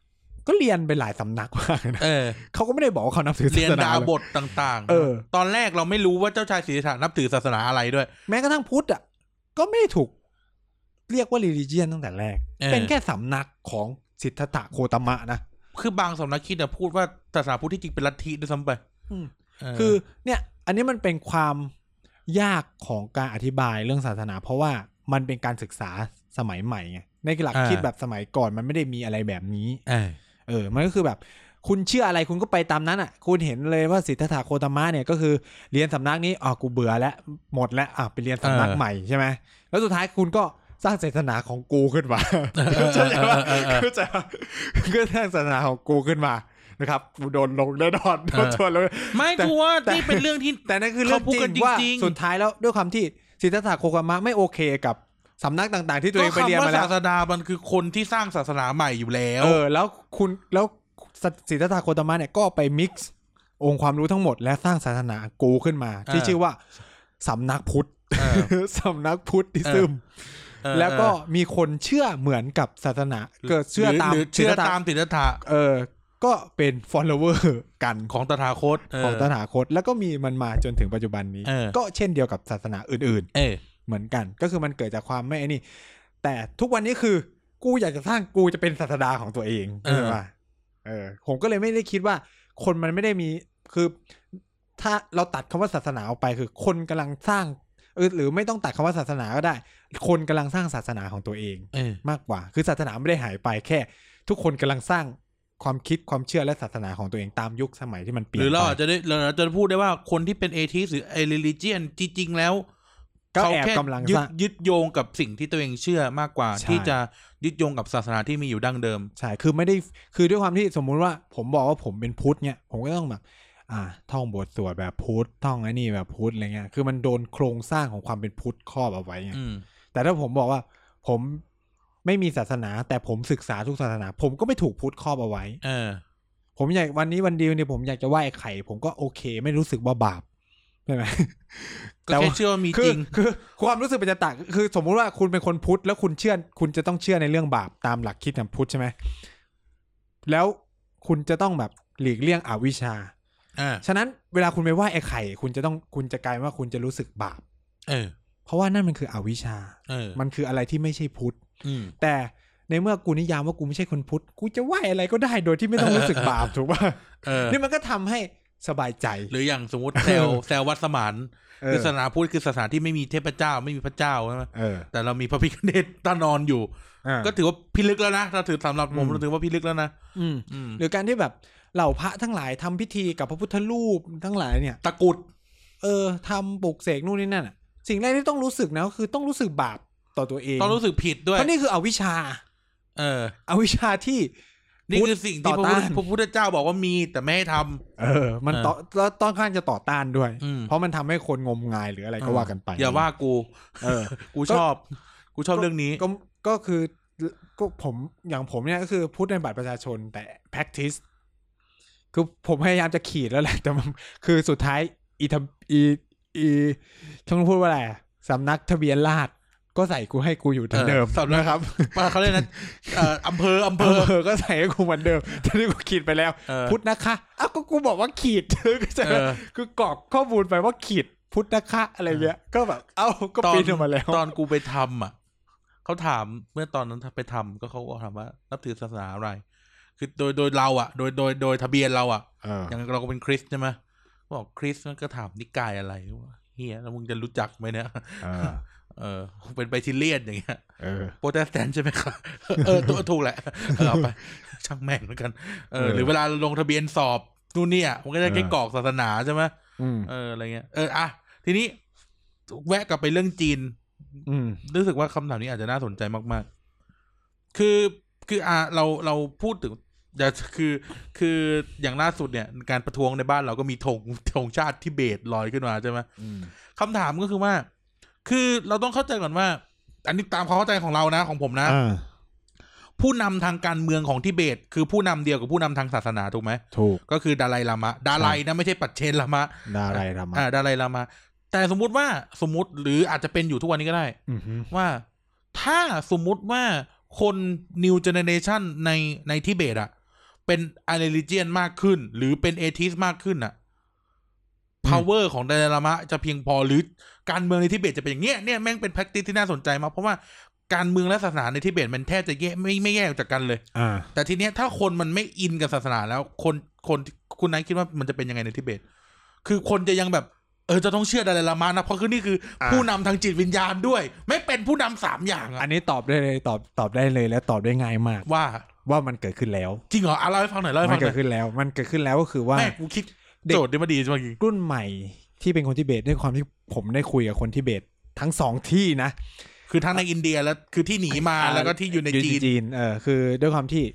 ก็เรียนไปหลายสำนักมากนะเขาก็ไม่ได้บอกว่าเขานับถือศาสนาเรียนดาบทต่างๆตอนแรกเราไม่รู้ว่าเจ้าชายสิทธัตถะนับถือศาสนาอะไรด้วยแม้กระทั่งพุทธอ่ะก็ไม่ได้ถูกเรียกว่า religion ตั้งแต่แรกเป็นแค่สำนักของสิทธัตถะโคตมะนะคือบางสำนักคิดพูดว่าศาสนาพุทธที่จริงเป็นลัทธิด้วยซ้ำไปคือเนี่ยอันนี้มันเป็นความยากของการอธิบายเรื่องศาสนาเพราะว่ามันเป็นการศึกษาสมัยใหม่ไงในหลักคิดแบบสมัยก่อนมันไม่ได้มีอะไรแบบนี้มันก็คือแบบคุณเชื่ออะไรคุณก็ไปตามนั้นอ่ะคุณเห็นเลยว่าสิทธัตถะโคตมะเนี่ยก็คือเรียนสำนักนี้กูเบื่อแล้วหมดแล้วไปเรียนสำนักใหม่ใช่ไหมแล้วสุดท้ายคุณก็สร้างศาสนาของกูขึ้นมาเข้าใจป่ะเข้าใจป่ะก็สร้างศาสนาของกูขึ้นมานะครับกูโดนลงแน่นอนโดนชวนเลยไม่ชัวร์นี่เป็นเรื่องที่แต่นั่นคือเรื่องจริงว่าสุดท้ายแล้วด้วยความที่สิทธัตถะโคตมะไม่โอเคกับสำนักต่างๆที่ตัวเองไปเรียนมาแล้วศาสดามันคือคนที่สร้างศาสนาใหม่อยู่แล้วแล้วสิทธัตถะโคตมะเนี่ยก็ไปมิกซ์องค์ความรู้ทั้งหมดและสร้างศาสนากูขึ้นมาที่ชื่อว่าสำนักพุทธสำนักพุทธิซึมแล้วก็มีคนเชื่อเหมือนกับศาสนาเกิดเชื่อตามสิทธัตถะก็เป็น follower กันของตถาคตแล้วก็มีมันมาจนถึงปัจจุบันนี้ก็เช่นเดียวกับศาสนาอื่นๆเหมือนกันก็คือมันเกิดจากความไม่นี่แต่ทุกวันนี้คือกูอยากจะสร้างกูจะเป็นศาสดาของตัวเองใช่ป่ะผมก็เลยไม่ได้คิดว่าคนมันไม่ได้มีคือถ้าเราตัดคำว่าศาสนาออกไปคือคนกำลังสร้างหรือไม่ต้องตัดคำว่าศาสนาก็ได้คนกำลังสร้างศาสนาของตัวเองมากกว่าคือศาสนาไม่ได้หายไปแค่ทุกคนกำลังสร้างความคิดความเชื่อและศาสนาของตัวเองตามยุคสมัยที่มันเปลี่ยนหรือเราอาจจะพูดได้ว่าคนที่เป็นเอทิสหรือไอเรลิเจียนจริงๆแล้วเขาแค่ยึดโยงกับสิ่งที่ตัวเองเชื่อมากกว่าที่จะยึดโยงกับศาสนาที่มีอยู่ดั้งเดิมใช่คือไม่ได้คือด้วยความที่สมมุติว่าผมบอกว่าผมเป็นพุทธเนี่ยผมก็ต้องแบบท่องบทสวดแบบพุทธท่องไอ้นี่แบบพุทธอะไรเงี้ยคือมันโดนโครงสร้างของความเป็นพุทธครอบเอาไว้ไงแต่ถ้าผมบอกว่าผมไม่มีศาสนาแต่ผมศึกษาทุกศาสนาผมก็ไม่ถูกพุทธครอบเอาไว้ผมอยากวันนี้วันเดียวเนี่ยผมอยากจะไหว้ไข่ผมก็โอเคไม่รู้สึกว่าบาปใช่ไหมก็แค่เชื่อว่ามีจริงคือความรู้สึกเป็นจะต่างคือสมมุติว่าคุณเป็นคนพุทธแล้วคุณจะต้องเชื่อในเรื่องบาปตามหลักคิดของพุทธใช่ไหมแล้วคุณจะต้องแบบหลีกเลี่ยงอวิชชาฉะนั้นเวลาคุณไปไหว้ไอ้ไข่คุณจะกลายว่าคุณจะรู้สึกบาปเพราะว่านั่นมันคืออวิชชามันคืออะไรที่ไม่ใช่พุทธแต่ในเมื่อกูนิยามว่ากูไม่ใช่คนพุทธกูจะไหว้อะไรก็ได้โดยที่ไม่ต้องรู้สึกบาปถูกป่ะนี่มันก็ทำให้สบายใจหรืออย่างสมมติแซววัดสมานคือศาสนาพุทธคือศาสนาที่ไม่มีเทพเจ้าไม่มีพระเจ้าใช่ไหมแต่เรามีพระพิฆเนศตั้งนอนอยู่ก็ถือว่าพิลึกแล้วนะถ้าถือสำหรับผมเราถือว่าพิลึกแล้วนะหรือการที่แบบเหล่าพระทั้งหลายทำพิธีกับพระพุทธรูปทั้งหลายเนี่ยตะกุดทำปลุกเสกนู่นนี่นั่นสิ่งแรกที่ต้องรู้สึกนะก็คือต้องรู้สึกบาปต่อตัวเองต้องรู้สึกผิดด้วยเพราะนี่คืออวิชชาอวิชชาที่นี่คือสิ่งที่พระพุทธเจ้าบอกว่ามีแต่ไม่ให้ทำมันต้องข้างจะต่อต้านด้วยเพราะมันทำให้คนงมงายหรืออะไรก็ว่ากันไปอย่าว่ากูชอบเรื่องนี้ก็คือก็ผมอย่างผมเนี่ยก็คือพูดในบัตรประชาชนแต่ practice คือผมพยายามจะขีดแล้วแหละแต่มันคือสุดท้ายช่างพูดว่าอะไรสำนักทะเบียนราษฎร์ก็ใส่กูให้กูอยู่เดิมนะครับเขาเรียกนะอำเภอก็ใส่ให้กูเหมือนเดิมทีนี้กูขีดไปแล้วพุทธนะคะก็กูบอกว่าขีดคือกรอกข้อมูลไปว่าขีดพุทธนะคะอะไรเงี้ยก็แบบก็ปีนออกมาแล้วตอนกูไปทำเขาถามเมื่อตอนนั้นไปทำก็เขาก็ถามว่านับถือศาสนาอะไรคือโดยเราโดยทะเบียนเราอย่างเราก็เป็นคริสต์ใช่ไหมบอกคริสต์ก็ถามนิกายอะไรเฮียแล้วมึงจะรู้จักไหมเนี่ยเป็นไบทิเลียนอย่างเงี้ยโปรเตสแตนต์ใช่ไหมครับตัวถูกแหละเอาไปช่างแม่งแล้วกันหรือเวลาลงทะเบียนสอบนู่นนี่มันก็จะแค่กรอกศาสนาใช่ไหมอะไรเงี้ยทีนี้แวะกลับไปเรื่องจีนรู้สึกว่าคำถามนี้อาจจะน่าสนใจมากๆคือเราพูดถึงคืออย่างล่าสุดเนี่ยการประท้วงในบ้านเราก็มีธงชาติทิเบตลอยขึ้นมาใช่ไหมคำถามก็คือว่าคือเราต้องเข้าใจก่อนว่าอันนี้ตามความเข้าใจของเรานะของผมนะผู้นำทางการเมืองของทิเบตคือผู้นำเดียวกับผู้นำทางศาสนาถูกไหมถูกก็คือดาไลลามะดาไลนะไม่ใช่ปัจเชนลามะดาไลลามะแต่สมมุติหรืออาจจะเป็นอยู่ทุกวันนี้ก็ได้ว่าถ้าสมมุติว่าคน New Generation ในทิเบตเป็นอะเรลิเจียนมากขึ้นหรือเป็นเอทิสมากขึ้นอ่ะ power ของไดลามะจะเพียงพอหรือการเมืองในทิเบตจะเป็นอย่างเงี้ยเนี่ยแม่งเป็น practice ที่น่าสนใจมากเพราะว่าการเมืองและศาสนาในทิเบตมันแทบจะแยกไม่แยกจากกันเลยแต่ทีเนี้ยถ้าคนมันไม่อินกับศาสนาแล้วคนคุณนายคิดว่ามันจะเป็นยังไงในทิเบตคือคนจะยังแบบจะต้องเชื่อไดลามะนะเพราะคือนี่คือผู้นำทางจิตวิญญาณด้วยไม่เป็นผู้นำ3อย่างอันนี้ตอบได้เลยตอบได้เลยและตอบได้ง่ายมากว่ามันเกิดขึ้นแล้วจริงเหรอเล่าให้ฟังหน่อยมันเกิดขึ้นแล้วก็คือว่าแม่กูคิดโจทย์นี้มาดีจังๆรุ่นใหม่ที่เป็นคนทิเบตด้วยความที่ผมได้คุยกับคนทิเบตทั้ง2ที่นะคือทั้งในอินเดียแล้วคือที่หนีมาแล้วก็ที่อยู่ในจีนคือด้วยความที่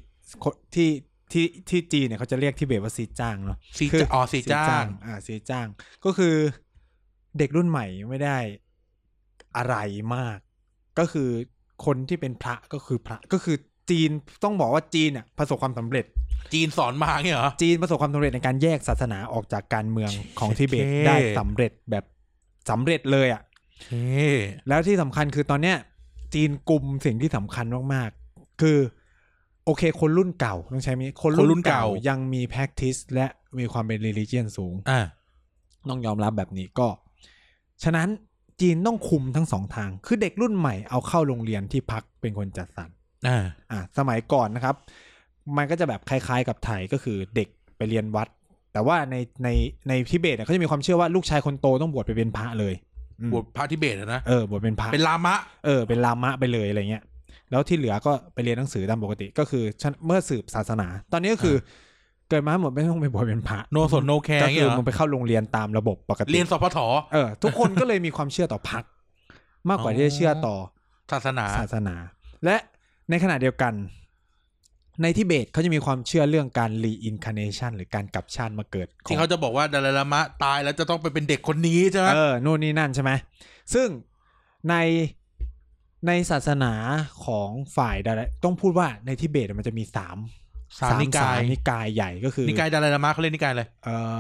จีนเนี่ยเขาจะเรียกทิเบตว่าซีจ้างเนาะซีจ้างซีจ้างก็คือเด็กรุ่นใหม่ไม่ได้อะไรมากก็คือคนที่เป็นพระก็คือพระก็คือจีนต้องบอกว่าจีนอ่ะประสบความสำเร็จจีนสอนมาเนี่ยเหรอจีนประสบความสำเร็จในการแยกศาสนาออกจากการเมืองของทิเบตได้สำเร็จแบบสำเร็จเลยอ่ะแล้วที่สำคัญคือตอนเนี้ยจีนกลุ่มสิ่งที่สำคัญมากๆคือโอเคคนรุ่นเก่าต้องใช้คนรุ่นเก่ายังมี practice และมีความเป็น religion สูงต้องยอมรับแบบนี้ก็ฉะนั้นจีนต้องคุมทั้ง2ทางคือเด็กรุ่นใหม่เอาเข้าโรงเรียนที่พักเป็นคนจัดสรรสมัยก่อนนะครับมันก็จะแบบคล้ายๆกับไทยก็คือเด็กไปเรียนวัดแต่ว่าในทิเบตเขาจะมีความเชื่อว่าลูกชายคนโตต้องบวชไปเป็นพระเลยบวชพระทิเบตนะบวชเป็นพระเป็นลามะเป็นลามะไปเลยอะไรเงี้ยแล้วที่เหลือก็ไปเรียนหนังสือตามปกติก็คือเมื่อสืบศาสนาตอนนี้ก็คือเกิดมาหมดไม่ต้องไปบวชเป็นพระโนสนโนแคร์ก็คือมึงไปเข้าโรงเรียนตามระบบปกติเรียนสพททุกคนก็เลยมีความเชื่อต่อพรรคมากกว่าที่จะเชื่อต่อศาสนาและในขณะเดียวกันในทิเบตเขาจะมีความเชื่อเรื่องการ reincarnation หรือการกลับชาติมาเกิดที่เขาจะบอกว่าไดลามะตายแล้วจะต้องไปเป็นเด็กคนนี้ใช่ไหมนู่นนี่นั่นใช่ไหมซึ่งในศาสนาของฝ่ายต้องพูดว่าในทิเบตมันจะมี3นิกายใหญ่ก็คือนิกายไดลามะเขาเรียกนิกายอะไร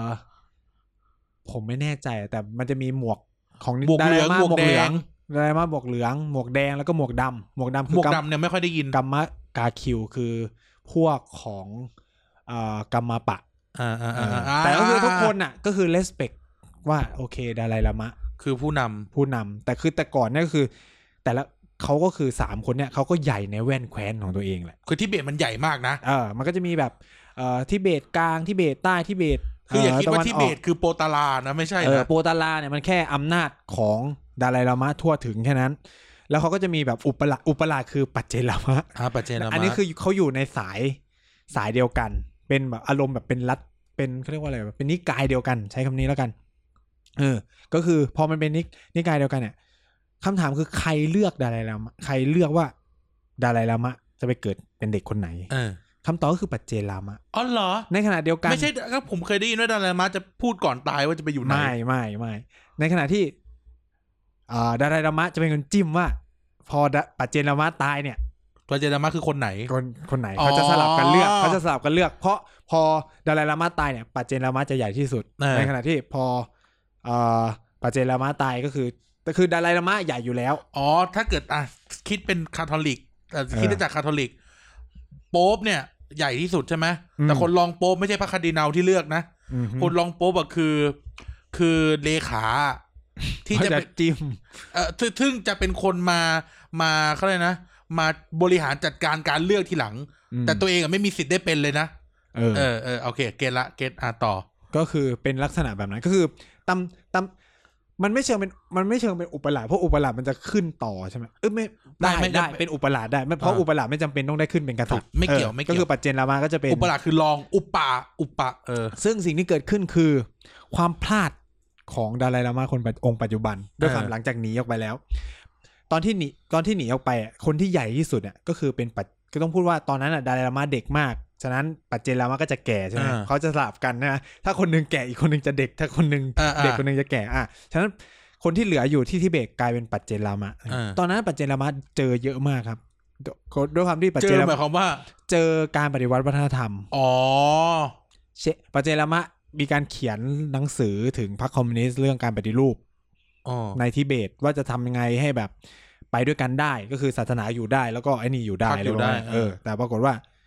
ผมไม่แน่ใจแต่มันจะมีหมวกของหมวกเหลืองหมวกแดงไดลามะหมวกเหลืองหมวกแดงแล้วก็หมวกดำหมวกดำคือหมวกดำเนี่ยไม่ค่อยได้ยินกัมมะกาคิวคือพวกของกัมมาปะแต่ก็คือทุกคนน่ะก็คือ respect ว่าโอเคไดลามะคือผู้นำแต่คือแต่ก่อนเนี่ยก็คือแต่ละเขาก็คือ3คนเนี่ยเขาก็ใหญ่ในแว่นแคว้นของตัวเองแหละคือทิเบตมันใหญ่มากนะมันก็จะมีแบบทิเบตกลางทิเบตใต้ทิเบตคืออย่าคิดว่าทิเบตคือโปตารานะไม่ใช่นะโปตาราเนี่ยมันแค่อำนาจของดาไลลามะทั่วถึงแค่นั้นแล้วเขาก็จะมีแบบอุปราชคือปัจเจลามะอันนี้คือเขาอยู่ในสายเดียวกันเป็นแบบอารมณ์แบบเป็นรัฐเป็นเขาเรียกว่าอะไรเป็นนิกายเดียวกันใช้คำนี้แล้วกันก็คือพอมันเป็นนิกายเดียวกันเนี่ยคำถามคือใครเลือกดาไลลามะใครเลือกว่าดาไลลามะจะไปเกิดเป็นเด็กคนไหนคำตอบก็คือปัจเจลามะอ๋อเหรอในขณะเดียวกันไม่ใช่ก็ผมเคยได้ยินว่าดาไลลามะจะพูดก่อนตายว่าจะไปอยู่ไหนไม่ในขณะที่ดาไลลามะจะเป็นคนจิ้มว่าพอปัจเจลามะตายเนี่ยปัจเจลามะคือคนไหนคนไหนเขาจะสลับกันเลือกเพราะพอดาไลลามะตายเนี่ยปัจเจลามะจะใหญ่ที่สุดในขณะที่พอปัจเจลามะตายก็คือดาไลลามะใหญ่อยู่แล้วถ้าเกิดคิดเป็นคาทอลิกคิดจากคาทอลิกโป๊ปเนี่ยใหญ่ที่สุดใช่ไหมแต่คนรองโป๊ปไม่ใช่พระคาร์ดินัลที่เลือกนะคนรองโป๊ปคือเลขาที่จะเป็นจิมซึ่งจะเป็นคนมาเขาเลยนะมาบริหารจัดการการเลือกทีหลังแต่ตัวเองไม่มีสิทธิ์ได้เป็นเลยนะโอเคเก็ตต่อก็คือเป็นลักษณะแบบนั้นก็คือตำมันไม่เชิงเป็นอุปราชเพราะอุปราชมันจะขึ้นต่อใช่ไหมไม่ได้เป็นอุปราชได้เพราะอุปราชไม่จำเป็นต้องได้ขึ้นเป็นกษัตริย์ไม่เกี่ยวก็คือปัจเจลามะก็จะเป็นอุปราชคือรองอุปะซึ่งสิ่งที่เกิดขึ้นคือความพลาดของดาไลลามะคนองค์ปัจจุบันด้วยความหลังจากหนีออกไปแล้วตอนที่หนีออกไปคนที่ใหญ่ที่สุดก็คือเป็นก็ต้องพูดว่าตอนนั้นดาไลลามะเด็กมากฉะนั้นปัจเจลามะก็จะแก่ใช่ไหมเขาจะสลับกันนะถ้าคนนึงแก่อีกคนนึงจะเด็กถ้าคนนึงเด็กคนนึงจะแก่ฉะนั้นคนที่เหลืออยู่ที่ทิเบตกลายเป็นปัจเจลามะตอนนั้นปัจเจลามะเจอเยอะมากครับด้วยความที่ปัจเจลามะหมายความว่าเจอการปฏิวัติวัฒนธรรมปัจเจลามะมีการเขียนหนังสือถึงพรรคคอมมิวนิสต์เรื่องการปฏิรูปในทิเบตว่าจะทำยังไงให้แบบไปด้วยกันได้ก็คือศาสนาอยู่ได้แล้วก็ไอ้นี่อยู่ได้อะไรแบบนี้แต่ปรากฏว่า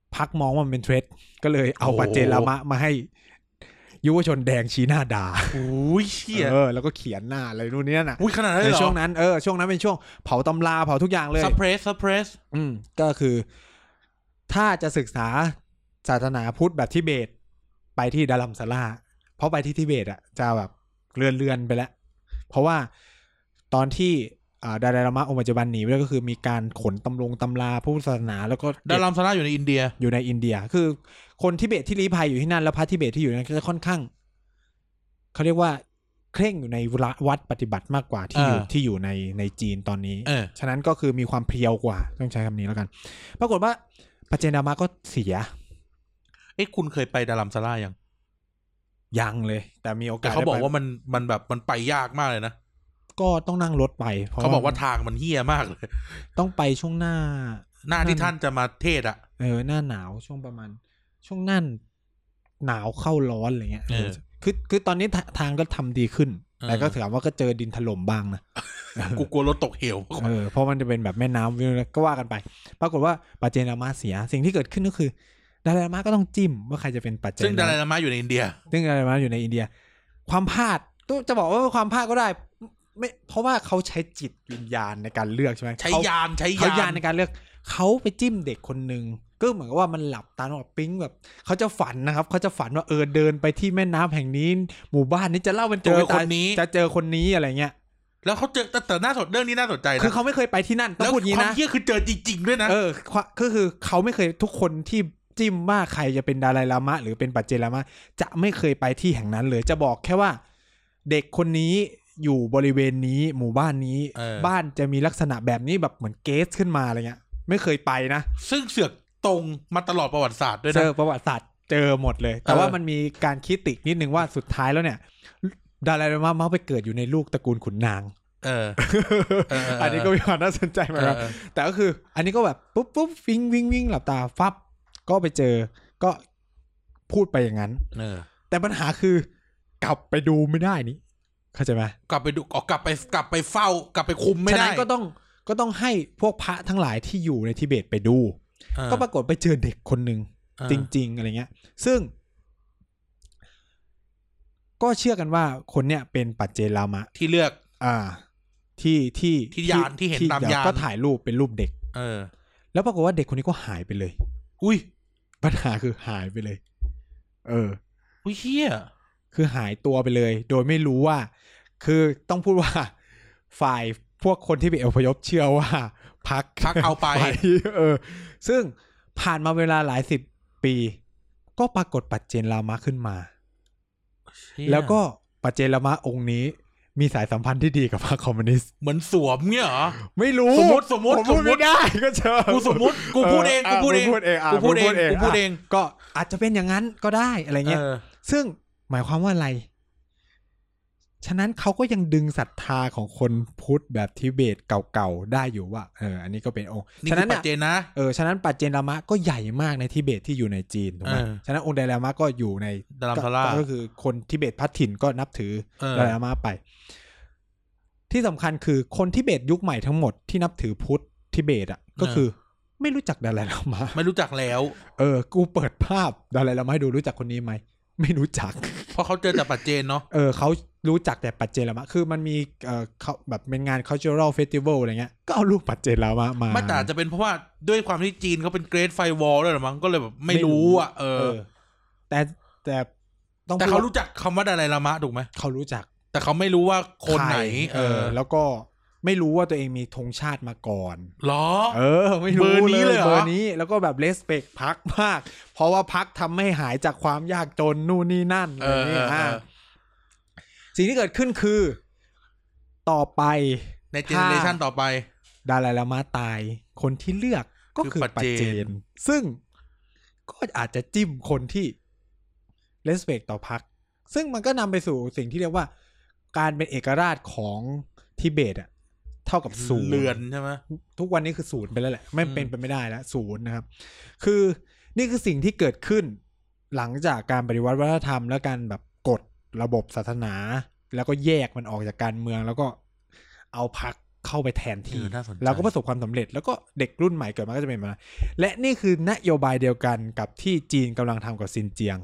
พรรคมองว่ามันเป็นเทรดก็เลยเอาปัจเจลามะมาให้ยุวชนแดงชี้หน้าด่าโอ้ยเชี่ยแล้วก็เขียนหน้าอะไรนู่นนี่น่ะขนาดนั้นเลยเหรอในช่วงนั้นช่วงนั้นเป็นช่วงเผาตำราเผาทุกอย่างเลย suppress ก็คือถ้าจะศึกษาศาสนาพุทธแบบทิเบตไปที่ดารัมซาร่าเพราะไปที่ทิเบตอ่ะจะแบบเลือนไปแล้วเพราะว่าตอนที่ดาไลลามะองค์ปัจจุบันหนีไปก็คือมีการขนตำราพุทธศาสนาแล้วก็ดารัมซาร่าอยู่ในอินเดียคือคนทิเบตที่ลี้ภัยอยู่ที่นั่นแล้วพระทิเบตที่อยู่นั้นก็จะค่อนข้างเขาเรียกว่าเคร่งอยู่ในวัดปฏิบัติมากกว่าที่อยู่ในจีนตอนนี้ฉะนั้นก็คือมีความเพียวกว่าต้องใช้คำนี้แล้วกันปรากฏว่าปัจเจนามะก็เสียคุณเคยไปดารัมซาร่ายังเลยแต่มีโอกาสแต่เขาบอกว่ามันแบบมันไปยากมากเลยนะก็ต้องนั่งรถไปเขาบอกว่าทางมันเหี้ยมากเลยต้องไปช่วงหน้าที่ท่านจะมาเทศหน้าหนาวช่วงประมาณช่วงนั่นหนาวเข้าร้อนอะไรเงี้ยคือตอนนี้ทางก็ทำดีขึ้นแต่ก็ถือว่าก็เจอดินถล่มบ้างนะกูกลัวรถตกเหวเพราะมันจะเป็นแบบแม่น้ำก็ว่ากันไปปรากฏว่าปัจเจนามะเสียสิ่งที่เกิดขึ้นก็คือดาไลลามะก็ต้องจิ้มว่าใครจะเป็นปัจเจนซึ่งดาไลลามะอยู่ในอินเดียความพลาดจะบอกว่าความพลาดก็ได้ไม่เพราะว่าเขาใช้จิตวิญญาณในการเลือกใช่ไหมใช้ญาณในการเลือกเขาไปจิ้มเด็กคนนึงก็เหมือนกับว่ามันหลับตาแบบปิ๊งแบบเขาจะฝันนะครับเขาจะฝันว่าเดินไปที่แม่น้ำแห่งนี้หมู่บ้านนี้จะเล่าเป็นตัวคนนี้จะเจอคนนี้อะไรเงี้ยแล้วเขาเจอแต่เรื่องนี้น่าสนใจนะคือเขาไม่เคยไปที่นั่นต้องพูดงี้นะความเหี้ยคือเจอจริงๆด้วยนะก็คือเขาไม่เคยทุกคนที่จิ้มว่าใครจะเป็นดาไลลามะหรือเป็นปัจเจลามะจะไม่เคยไปที่แห่งนั้นเลยจะบอกแค่ว่าเด็กคนนี้อยู่บริเวณนี้หมู่บ้านนี้บ้านจะมีลักษณะแบบนี้แบบเหมือนเกสขึ้นมาอะไรเงี้ยไม่เคยไปนะซึ่งเสือกตรงมาตลอดประวัติศาสตร์ด้วยนะประวัติศาสตร์เจอหมดเลยแต่ว่ามันมีการคิดตินิดนึงว่าสุดท้ายแล้วเนี่ยดาไลลามะมักไปเกิดอยู่ในลูกตระกูลขุนนางอันนี้ก็มีความน่าสนใจเหมือนกันแต่ก็คืออันนี้ก็แบบปุ๊บวิ่งหลับตาฟับก็ไปเจอก็พูดไปอย่างนั้นแต่ปัญหาคือกลับไปดูไม่ได้นี่เข้าใจไหมกลับไปดูกลับไปเฝ้ากลับไปคุมไม่ได้ฉะนั้นก็ต้องให้พวกพระทั้งหลายที่อยู่ในทิเบตไปดูก็ปรากฏไปเจอเด็กคนหนึ่งจริงๆอะไรเงี้ยซึ่งก็เชื่อกันว่าคนเนี้ยเป็นปัจเจลามะที่เลือกที่ยานที่เห็นตามยานก็ถ่ายรูปเป็นรูปเด็กแล้วปรากฏว่าเด็กคนนี้ก็หายไปเลยอุ้ยปัญหาคือหายไปเลยอุ้ยเหี้ยคือหายตัวไปเลยโดยไม่รู้ว่าคือต้องพูดว่าฝ่ายพวกคนที่ไปอพยพเชื่อว่าพักเอาไปซึ่งผ่านมาเวลาหลาย10 ปีก็ปรากฏปัจเจนลามะขึ้นมาแล้วก็ปัจเจนลามะองค์นี้มีสายสัมพันธ์ที่ดีกับพรรคคอมมิวนิสต์เหมือนสวมเนี่ยเหรอไม่รู้สมมติไม่ได้ก็เชิญกูสมมติกูพูดเองก็อาจจะเป็นอย่างนั้นก็ได้อะไรเงี้ยซึ่งหมายความว่าอะไรฉะนั้นเขาก็ยังดึงศรัทธาของคนพุทธแบบทิเบตเก่าๆได้อยู่ว่าอันนี้ก็เป็นองค์ฉะนั้นปัจเจนนะฉะนั้นปัจเจนลามะก็ใหญ่มากในทิเบตที่อยู่ในจีนถูกไหมฉะนั้นองค์ไดลามะก็อยู่ในดารัมซาร่าก็คือคนทิเบตพัฒถิ่นก็นับถือไดลามะไปที่สำคัญคือคนทิเบตยุคใหม่ทั้งหมดที่นับถือพุทธทิเบตก็คือไม่รู้จักดาไลลามะไม่รู้จักแล้วกูเปิดภาพดาไลลามะให้ดูรู้จักคนนี้ไหมไม่รู้จักเพราะเขาเจอแต่ปัจเจนเนาะเขารู้จักแต่ปัจเจนลามะคือมันมีเขาแบบเป็นงาน cultural festival อะไรเงี้ยก็เอารูปปัจเจนลามะมาไม่แต่จะเป็นเพราะว่าด้วยความที่จีนเขาเป็น Great Firewall ด้วยหรือมั้งก็เลยแบบไม่รู้แต่เขารู้จักคำว่าดาไลลามะถูกไหมเขารู้จักแต่เขาไม่รู้ว่าคนไหนแล้วก็ไม่รู้ว่าตัวเองมีธงชาติมาก่อนหรอไม่รู้เลยเบอร์นี้แล้วก็แบบเลสเปกพรรคมากเพราะว่าพรรคทำให้หายจากความยากจนนู่นนี่นั่นอะไรนี่สิ่งที่เกิดขึ้นคือต่อไปในเจเนอเรชันต่อไปดาไลลามะตายคนที่เลือกก็คือปัจเจนซึ่งก็อาจจะจิ้มคนที่เลสเปกต่อพรรคซึ่งมันก็นำไปสู่สิ่งที่เรียกว่าการเป็นเอกราชของทิเบตเท่ากับศูนย์เลือนใช่ไหมทุกวันนี้คือศูนย์ไปแล้วแหละไม่เป็นไปไม่ได้แล้วศูนย์นะครับคือนี่คือสิ่งที่เกิดขึ้นหลังจากการปฏิวัติวัฒนธรรมและการแบบกดระบบศาสนาแล้วก็แยกมันออกจากการเมืองแล้วก็เอาพรรคเข้าไปแทนที่แล้วก็ประสบความสำเร็จแล้วก็เด็กรุ่นใหม่เกิดมาก็จะเป็นแบบนั้นและนี่คือนโยบายเดียวกันกับที่จีนกำลังทำกับซินเจียง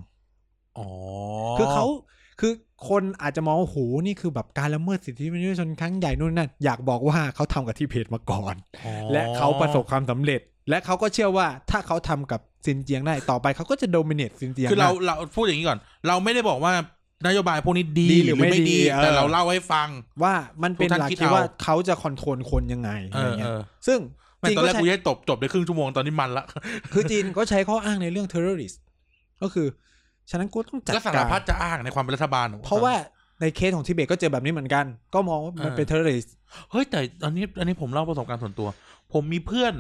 คือคนอาจจะมองว่าโหนี่คือแบบการละเมิดสิทธิมนุษยชนครั้งใหญ่นู่นนั่นอยากบอกว่าเขาทำกับทิเบตมาก่อนและเขาประสบความสำเร็จและเขาก็เชื่อว่าถ้าเขาทำกับซินเจียงได้ต่อไปเขาก็จะโดมิเนตซินเจียงคือเราพูดอย่างนี้ก่อนเราไม่ได้บอกว่านโยบายพวกนี้ดีหรือไม่ดีแต่เราเล่าให้ฟังว่ามันเป็นหลักที่ว่าเขาจะคอนโทรลคนยังไงอะไรเงี้ยซึ่งตอนแรกกูให้จบได้ครึ่งชั่วโมงตอนนี้มันละคือจีนก็ใช้ข้ออ้างในเรื่อง terrorist ก็คือฉะนั้นกูต้องจัดการก็สารพัดจะอ้างในความเป็นรัฐบาลเพราะว่าในเคสของทิเบตก็เจอแบบนี้เหมือนกันก็มองว่ามันเป็น terrorist เฮ้ยแต่อันนี้ผมเล่าประสบการณ์ส่วนตัวผมมีเพื่อน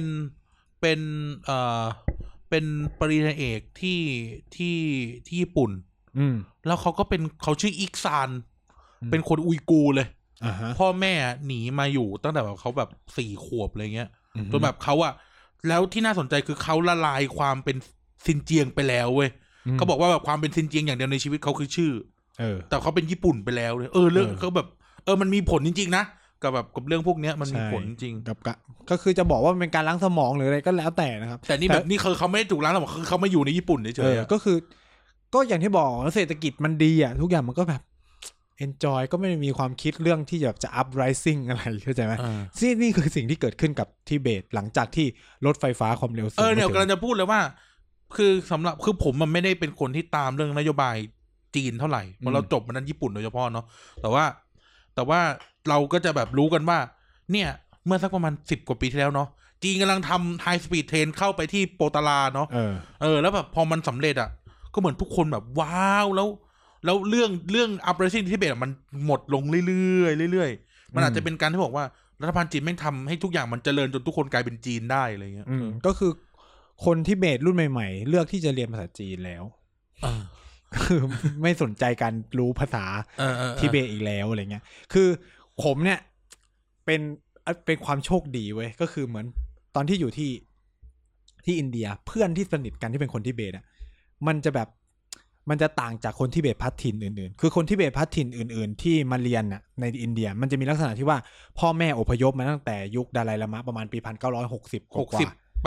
เป็นปริญญาเอกที่ญี่ปุ่นแล้วเขาชื่ออิกซานเป็นคนอุยกูร์เลยพ่อแม่หนีมาอยู่ตั้งแต่แบบเขาแบบ4 ขวบอะไรเงี้ยจนแบบเขาอะแล้วที่น่าสนใจคือเขาละลายความเป็นซินเจียงไปแล้วเว้ยเขาบอกว่าแบบความเป็นซินเจียงอย่างเดียวในชีวิตเขาคือชื่อแต่เขาเป็นญี่ปุ่นไปแล้วเลยเรื่องเขาแบบมันมีผลจริงๆนะกับเรื่องพวกนี้มันมีผลจริงก็คือจะบอกว่ามันเป็นการล้างสมองหรืออะไรก็แล้วแต่นะครับแต่นี่แบบนี่คือเขาไม่ได้ถูกล้างสมองคือเขามาอยู่ในญี่ปุ่นเฉยๆก็อย่างที่บอกเศรษฐกิจมันดีอ่ะทุกอย่างมันก็แบบ enjoy ก็ไม่ได้มีความคิดเรื่องที่จะ uprising อะไรเข้าใจไหมนี่คือสิ่งที่เกิดขึ้นกับทิเบตหลังจากที่รถไฟฟ้าความเร็วสูงเนี่ยกำลังจะพูดเลยว่าคือสำหรับคือผมมันไม่ได้เป็นคนที่ตามเรื่องนโยบายจีนเท่าไหร่เพราะเราจบมานั้นญี่ปุ่นโดยเฉพาะเนาะแต่ว่าเราก็จะแบบรู้กันว่าเนี่ยเมื่อสักประมาณ10 กว่าปีที่แล้วเนาะจีนกำลังทำไฮสปีดเทรนเข้าไปที่โปตาราเนาะแล้วแบบพอมันสำเร็จอ่ะก็เหมือนทุกคนแบบว้าวแล้วเรื่องอัปเดตที่ทิเบตมันหมดลงเรื่อยๆมันอาจจะเป็นการที่บอกว่ารัฐบาลจีนแม่งทำให้ทุกอย่างมันเจริญจนทุกคนกลายเป็นจีนได้อะไรเงี้ยก็คือคนทิเบตรุ่นใหม่ๆเลือกที่จะเรียนภาษาจีนแล้วคือไม่สนใจการรู้ภาษาทิเบตอีกแล้วอะไรเงี้ยคือผมเนี่ยเป็นความโชคดีเว้ยก็คือเหมือนตอนที่อยู่ที่อินเดียเพื่อนที่สนิทกันที่เป็นคนทิเบตอ่ะมันจะต่างจากคนทิเบตพัฒถิ่นอื่นๆคือคนทิเบตพัฒถิ่นอื่นๆที่มาเรียนน่ะในอินเดียมันจะมีลักษณะที่ว่าพ่อแม่อพยพมาตั้งแต่ยุคดาไลลามะประมาณปี1960กว่า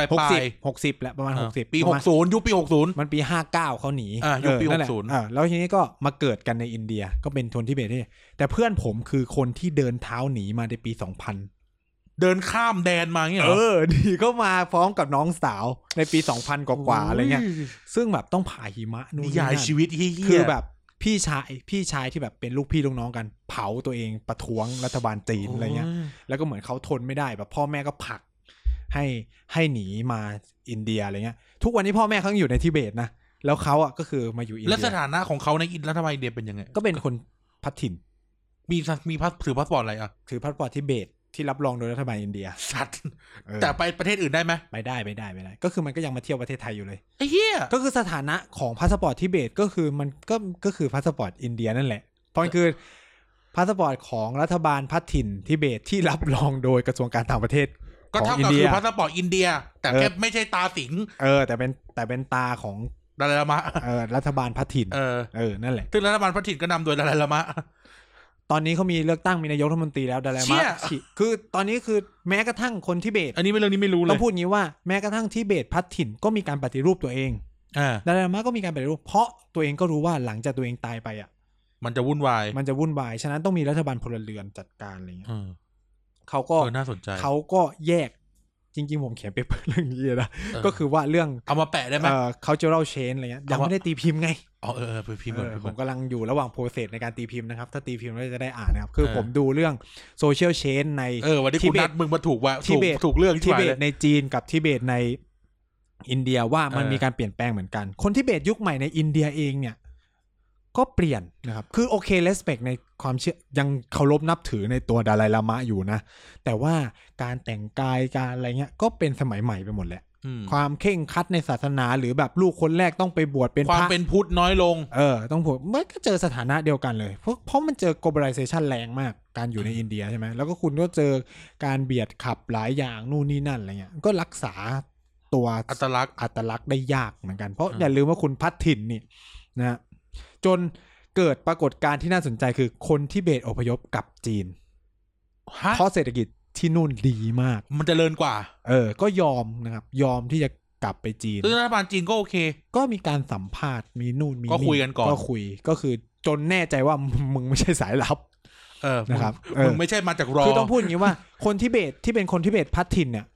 60แล้วประมาณ60 ปี60ยุคปี60 มันปี59เขาหนียุคปี60 แล้วทีนี้ก็มาเกิดกันในอินเดียก็เป็นคนทิเบตที่แต่เพื่อนผมคือคนที่เดินเท้าหนีมาในปี2000 เดินข้ามแดนมาเงี้ยดีก็มาพร้อมกับน้องสาวในปี2000กว่าอะไรเงี้ยซึ่งแบบต้องผ่าหิมะนู่นนี่นั่นชีวิตเหี้ยคือแบบพี่ชายที่แบบเป็นลูกพี่ลูกน้องกันเผาตัวเองประท้วงรัฐบาลจีนอะไรเงี้ยแล้วก็เหมือนเขาทนไม่ได้แบบพ่อแม่ก็ผลักให้หนีมาอินเดียอะไรเงี้ยทุกวันนี้พ่อแม่เขาอยู่ในทิเบตนะแล้วเขาอ่ะก็คือมาอยู่อินเดียแล้วสถานะของเขาในรัฐบาลอินเดียเป็นยังไงก็เป็นคนพัฒถิ่นมีถือพาสปอร์ตอะไรอ่ะถือพาสปอร์ตทิเบตที่รับรองโดยรัฐบาลอินเดียสัตว์แต่ไปประเทศอื่นได้ไหมไม่ได้ก็คือมันก็ยังมาเที่ยวประเทศไทยอยู่เลยไอ้เหี้ยก็คือสถานะของพาสปอร์ตทิเบตก็คือมันก็คือพาสปอร์ตอินเดียนั่นแหละเพราะมันคือพาสปอร์ตของรัฐบาลพัฒถิ่นทิเบตที่รับรองโดยกระทรวงการต่างประเทศก็เท่ากับคือพาสปอร์ตอินเดียแต่แค่ไม่ใช่ตาสิงแต่เป็นตาของดาไลลามะรัฐบาลพัฒถิ่นนั่นแหละซึ่งรัฐบาลพัฒถิ่นก็นำโดยดาไลลามะตอนนี้เขามีเลือกตั้งมีนายกรัฐมนตรีแล้วดาไลลามะคือตอนนี้คือแม้กระทั่งคนทิเบตอันนี้เรื่องนี้ไม่รู้เลยต้องพูดงี้ว่าแม้กระทั่งทิเบตพัฒถิ่นก็มีการปฏิรูปตัวเองดาไลลามะก็มีการปฏิรูปเพราะตัวเองก็รู้ว่าหลังจากตัวเองตายไปอ่ะมันจะวุ่นวายฉะนั้นต้องมีรัฐบาลพลเรือนจัดการอะไรเงี้ยเขาก็น่าสนใจเขาก็แยกจริงๆผมเขียนเปเปอร์เรื่องนี้นะก็คือว่าเรื่องเอามาแปะได้ไหม cultural change อะไรเงี้ยยังไม่ได้ตีพิมพ์ไงไปพิมพ์ผมกำลังอยู่ระหว่างโปรเซสในการตีพิมพ์นะครับถ้าตีพิมพ์แล้วจะได้อ่านนะครับคือผมดูเรื่อง social change ในวันนี้คุณนัดมึงมาถูกว่าถูกเรื่องทิเบตในจีนกับทิเบตในอินเดียว่ามันมีการเปลี่ยนแปลงเหมือนกันคนทิเบตยุคใหม่ในอินเดียเองเนี่ยก็เปลี่ยนนะครับคือโอเคเลสเปคในความเชื่อยังเคารพนับถือในตัวดาไลลามะอยู่นะแต่ว่าการแต่งกายการอะไรเงี้ยก็เป็นสมัยใหม่ไปหมดแหละความเคร่งครัดในศาสนาหรือแบบลูกคนแรกต้องไปบวชเป็นพระความเป็นพุทธน้อยลงต้องบวชมันก็เจอสถานะเดียวกันเลยเพราะมันเจอ globalization แรงมากการอยู่ในอินเดียใช่ไหมแล้วก็คุณก็เจอการเบียดขับหลายอย่างนู่นนี่นั่นอะไรเงี้ยก็รักษาตัวอัตลักษณ์ได้ยากเหมือนกันเพราะอย่าลืมว่าคุณพัฒถิ่นนี่นะจนเกิดปรากฏการณ์ที่น่าสนใจคือคนทิเบตอพยพกลับจีนเพราะเศรษฐกิจที่นู่นดีมากมันเจริญกว่าก็ยอมนะครับยอมที่จะกลับไปจีนซึ่งรัฐบาลจีนก็โอเคก็มีการสัมภาษณ์มีนู่นมีก็คุยกันก่อนก็คุยก็คือจนแน่ใจว่ามึงไม่ใช่สายลับนะครับมึงไม่ใช่มาจากรอคือต้องพูดอย่างนี้ว่าคนทิเบตที่เป็นคนทิเบตพัฒถิ่นเนี่ย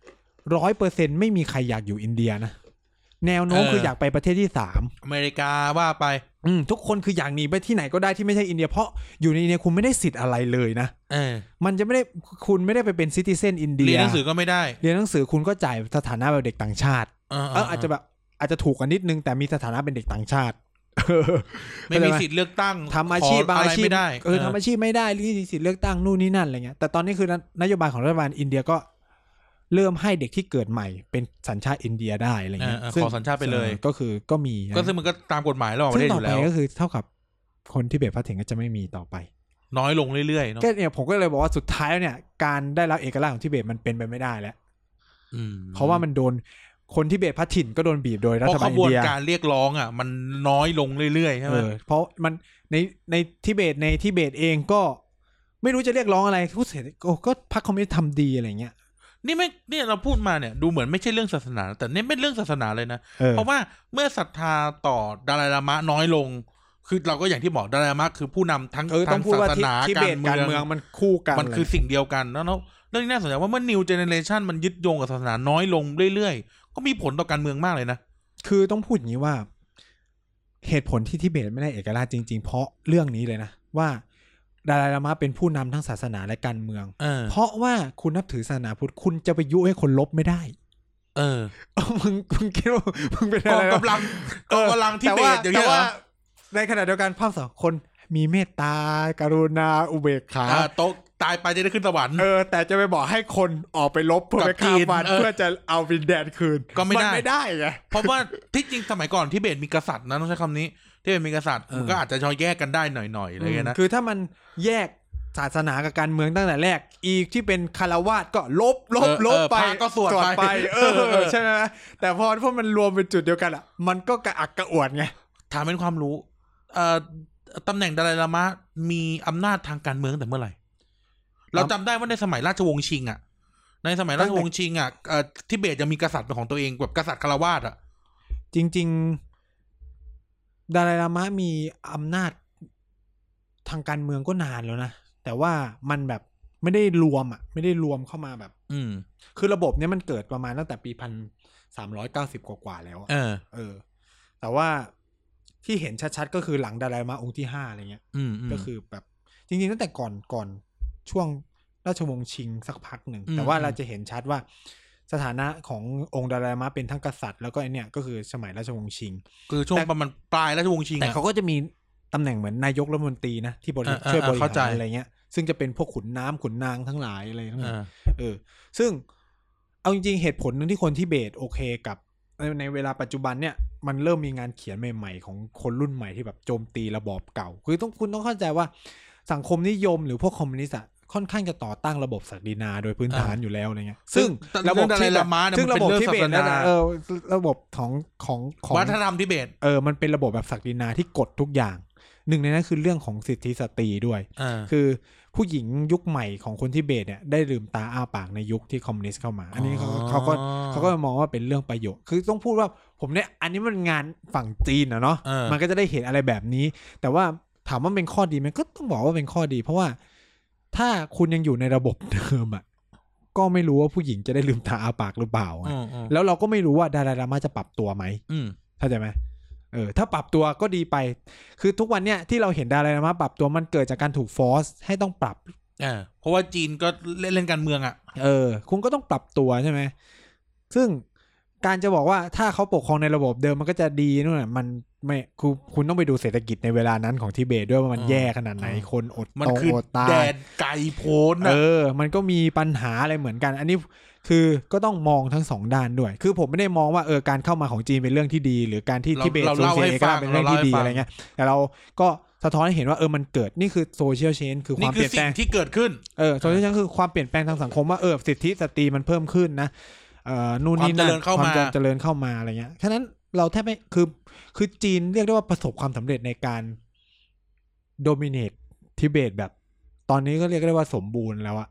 100% ไม่มีใครอยากอยู่อินเดียนะแนวโน้มคืออยากไปประเทศที่3 อเมริกาว่าไปทุกคนคืออยากหนีไปที่ไหนก็ได้ที่ไม่ใช่อินเดียเพราะอยู่ในอินเดียคุณไม่ได้สิทธิ์อะไรเลยนะมันจะไม่ได้คุณไม่ได้ไปเป็นซิติเซนอินเดียเรียนหนังสือก็ไม่ได้เรียนหนังสือคุณก็จ่ายสถานะแบบเด็กต่างชาติอาจจะแบบอาจจะถูกกันนิดนึงแต่มีสถานะเป็นเด็กต่างชาติไม่มีสิทธิ์เลือกตั้งทำอาชีพบางอาชีพไม่ได้ทำอาชีพไม่ได้มีสิทธิ์เลือกตั้งนู่นนี่นั่นอะไรเงี้ยแต่ตอนนี้คือนโยบายของรัฐบาลอินเดียก็เริ่มให้เด็กที่เกิดใหม่เป็นสัญชาติอินเดียได้อะไรเงี้ยขอสัญชาติไปเลยก็คือก็มีก็ซึ่งมันก็ตามกฎหมายแล้วประเทศอยู่แล้วก็คือเท่ากับคนที่เบตพัฒน์ก็จะไม่มีต่อไปน้อยลงเรื่อยๆเนาะก็เนี่ยผมก็เลยบอกว่าสุดท้ายแล้วเนี่ยการได้รับเอกราชของทิเบตมันเป็นไปไม่ได้แล้วเพราะว่ามันโดนคนทิเบตพัฒน์ก็โดนบีบโดยรัฐบาลอินเดียเพราะขบวนการเรียกร้องมันน้อยลงเรื่อยๆใช่ไหมเพราะมันในทิเบตเองก็ไม่รู้จะเรียกร้องอะไรผู้เสพก็พรรคคอมมิวนิสต์ทำดีอะไรเงี้ยนี่เราพูดมาเนี่ยดูเหมือนไม่ใช่เรื่องศาสนาแต่นี่เป็นเรื่องศาสนาเลยนะเพราะว่าเมื่อศรัทธาต่อดาไลลามะน้อยลงคือเราก็อย่างที่บอกดาไลลามะคือผู้นำทั้งศาสนาการเมืองมันคู่กันมันคือสิ่งเดียวกันแล้วเรื่องนี้น่าสนใจว่าเมื่อ New Generation มันยึดโยงกับศาสนาน้อยลงเรื่อยๆก็มีผลต่อการเมืองมากเลยนะคือต้องพูดอย่างนี้ว่าเหตุผลที่ทิเบตไม่ได้เอกราชจริงๆเพราะเรื่องนี้เลยนะว่าดาไลลามะเป็นผู้นำทั้งศาสนาและการเมืองเพราะว่าคุณนับถือศาสนาพุทธคุณจะไปยุให้คนลบไม่ได้มึงคิดว่ามึงเป็นอะไรกองกำลังทิเบตอย่างเงี้ยในขณะเดียวกันภาพสองคนมีเมตตากรุณาอุเบกขาโตตายไปจะได้ขึ้นสวรรค์แต่จะไปบอกให้คนออกไปลบเพื่อไปฆ่าฟันเพื่อจะเอาวินแดนคืนก็ไม่ได้ไงเพราะว่าที่จริงสมัยก่อนทิเบตมีกษัตริย์นะต้องใช้คำนี้ที่เป็นมีกษัตริย์มันก็อาจจะแยกกันได้หน่อยๆอะไรเงี้ยนะคือถ้ามันแยกศาสนากับการเมืองตั้งแต่แรกอีกที่เป็นคารวาสก็ลบไปก็สวดไปใช่ไหมแต่พอมันรวมเป็นจุดเดียวกันอ่ะมันก็กระอักกระอ่วนไงถามเป็นความรู้ตำแหน่งดาไลลามะมีอำนาจทางการเมืองแต่เมื่อไหร่เราจำได้ว่าในสมัยราชวงศ์ชิงอ่ะในสมัยราชวงศ์ชิงอ่ะทิเบตยังมีกษัตริย์เป็นของตัวเองแบบกษัตริย์คารวาสอ่ะจริงๆดาไลลามะมีอำนาจทางการเมืองก็นานแล้วนะแต่ว่ามันแบบไม่ได้รวมเข้ามาแบบคือระบบเนี้ยมันเกิดประมาณตั้งแต่ปี1390กว่าแล้วแต่ว่าที่เห็นชัดๆก็คือหลังดาไลลามะองค์ที่5อะไรเงี้ยก็คือแบบจริงๆตั้งแต่ก่อนช่วงราชวงศ์ชิงสักพักหนึ่งแต่ว่าเราจะเห็นชัดว่าสถานะขององค์ดาไลลามะเป็นทั้งกษัตริย์แล้วก็ไอเนี่ยก็คือสมัยราชวงศ์ชิงคือช่วงประมาณปลายราชวงศ์ชิงแต่เขาก็จะมีตำแหน่งเหมือนนายกรัฐมนตรีนะที่ช่วยบริหารอะไรเงี้ยซึ่งจะเป็นพวกขุนน้ำขุนนางทั้งหลายอะไรทั้งหมดซึ่งเอาจริงๆเหตุผลนึงที่คนทิเบตโอเคกับในเวลาปัจจุบันเนี่ยมันเริ่มมีงานเขียนใหม่ๆของคนรุ่นใหม่ที่แบบโจมตีระบอบเก่าคือคุณต้องเข้าใจว่าสังคมนิยมหรือพวกคอมมิวนิสต์ค่อนข้างจะต่อตั้งระบบศักดินาโดยพื้นฐานอยู่แล้วอะไรเงี้ยซึ่งระบบที่แบบซึ่งระบบทิเบตนะระบบของวัฒนธรรมทิเบตมันเป็นระบบแบบศักดินาที่กดทุกอย่างหนึ่งในนั้นคือเรื่องของสิทธิสตรีด้วยคือผู้หญิงยุคใหม่ของคนทิเบตเนี่ยได้ลืมตาอ้าปากในยุคที่คอมมิวนิสต์เข้ามาอันนี้เขาก็มองว่าเป็นเรื่องประโยชน์คือต้องพูดว่าผมเนี่ยอันนี้มันงานฝั่งจีนเนาะมันก็จะได้เห็นอะไรแบบนี้แต่ว่าถามว่าเป็นข้อดีไหมก็ต้องบอกว่าเป็นข้อดีเพราะว่าถ้าคุณยังอยู่ในระบบเดิมก็ไม่รู้ว่าผู้หญิงจะได้ลืมตาอ้าปากหรือเปล่าแล้วเราก็ไม่รู้ว่าดาไลลามะจะปรับตัวไหมเข้าใจไหมถ้าปรับตัวก็ดีไปคือทุกวันเนี่ยที่เราเห็นดาไลลามะปรับตัวมันเกิดจากการถูกฟอร์สให้ต้องปรับเพราะว่าจีนก็เล่นการเมืองคุณก็ต้องปรับตัวใช่ไหมซึ่งการจะบอกว่าถ้าเขาปกครองในระบบเดิมมันก็จะดีนู่นน่ะมันไม่คุณต้องไปดูเศรษฐกิจในเวลานั้นของทิเบตด้วยว่ามันแย่ขนาดไหนคนอดตายแดนไกลโพ้นมันก็มีปัญหาอะไรเหมือนกันอันนี้คือก็ต้องมองทั้งสองด้านด้วยคือผมไม่ได้มองว่าการเข้ามาของจีนเป็นเรื่องที่ดีหรือการที่ทิเบตสูญเสียเอกราชเป็นเรื่องที่ดีอะไรเงี้ยแต่เราก็สะท้อนให้เห็นว่ามันเกิดนี่คือโซเชียลเชนคือความเปลี่ยนแปลงที่เกิดขึ้นโซเชียลเชนคือความเปลี่ยนแปลงทางสังคมว่าสิทธิสตรีมันเพิ่มขึ้นนะนู่นนี่นั่นความเจริญเข้ามาอะไรเงี้ยฉะนั้นเราแทบไม่คือจีนเรียกได้ว่าประสบความสำเร็จในการโดมิเนตทิเบตแบบตอนนี้ก็เรียกได้ว่าสมบูรณ์แล้วอะ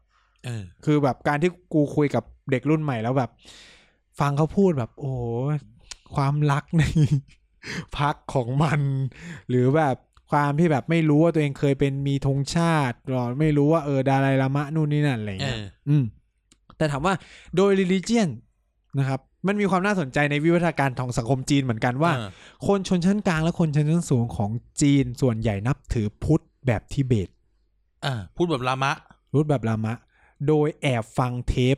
คือแบบการที่กูคุยกับเด็กรุ่นใหม่แล้วแบบฟังเขาพูดแบบโอ้ความรักในพรรคของมันหรือแบบความที่แบบไม่รู้ว่าตัวเองเคยเป็นมีธงชาติหรอไม่รู้ว่าดาไลลามะนู่นนี่นั่นอะไรเงี้ยแต่ถามว่าโดย religion นะครับมันมีความน่าสนใจในวิวัฒนาการของสังคมจีนเหมือนกันว่าคนชนชั้นกลางและคนชนชั้นสูงของจีนส่วนใหญ่นับถือพุทธแบบทิเบตพูดแบบลามะพูดแบบลามะโดยแอบฟังเทป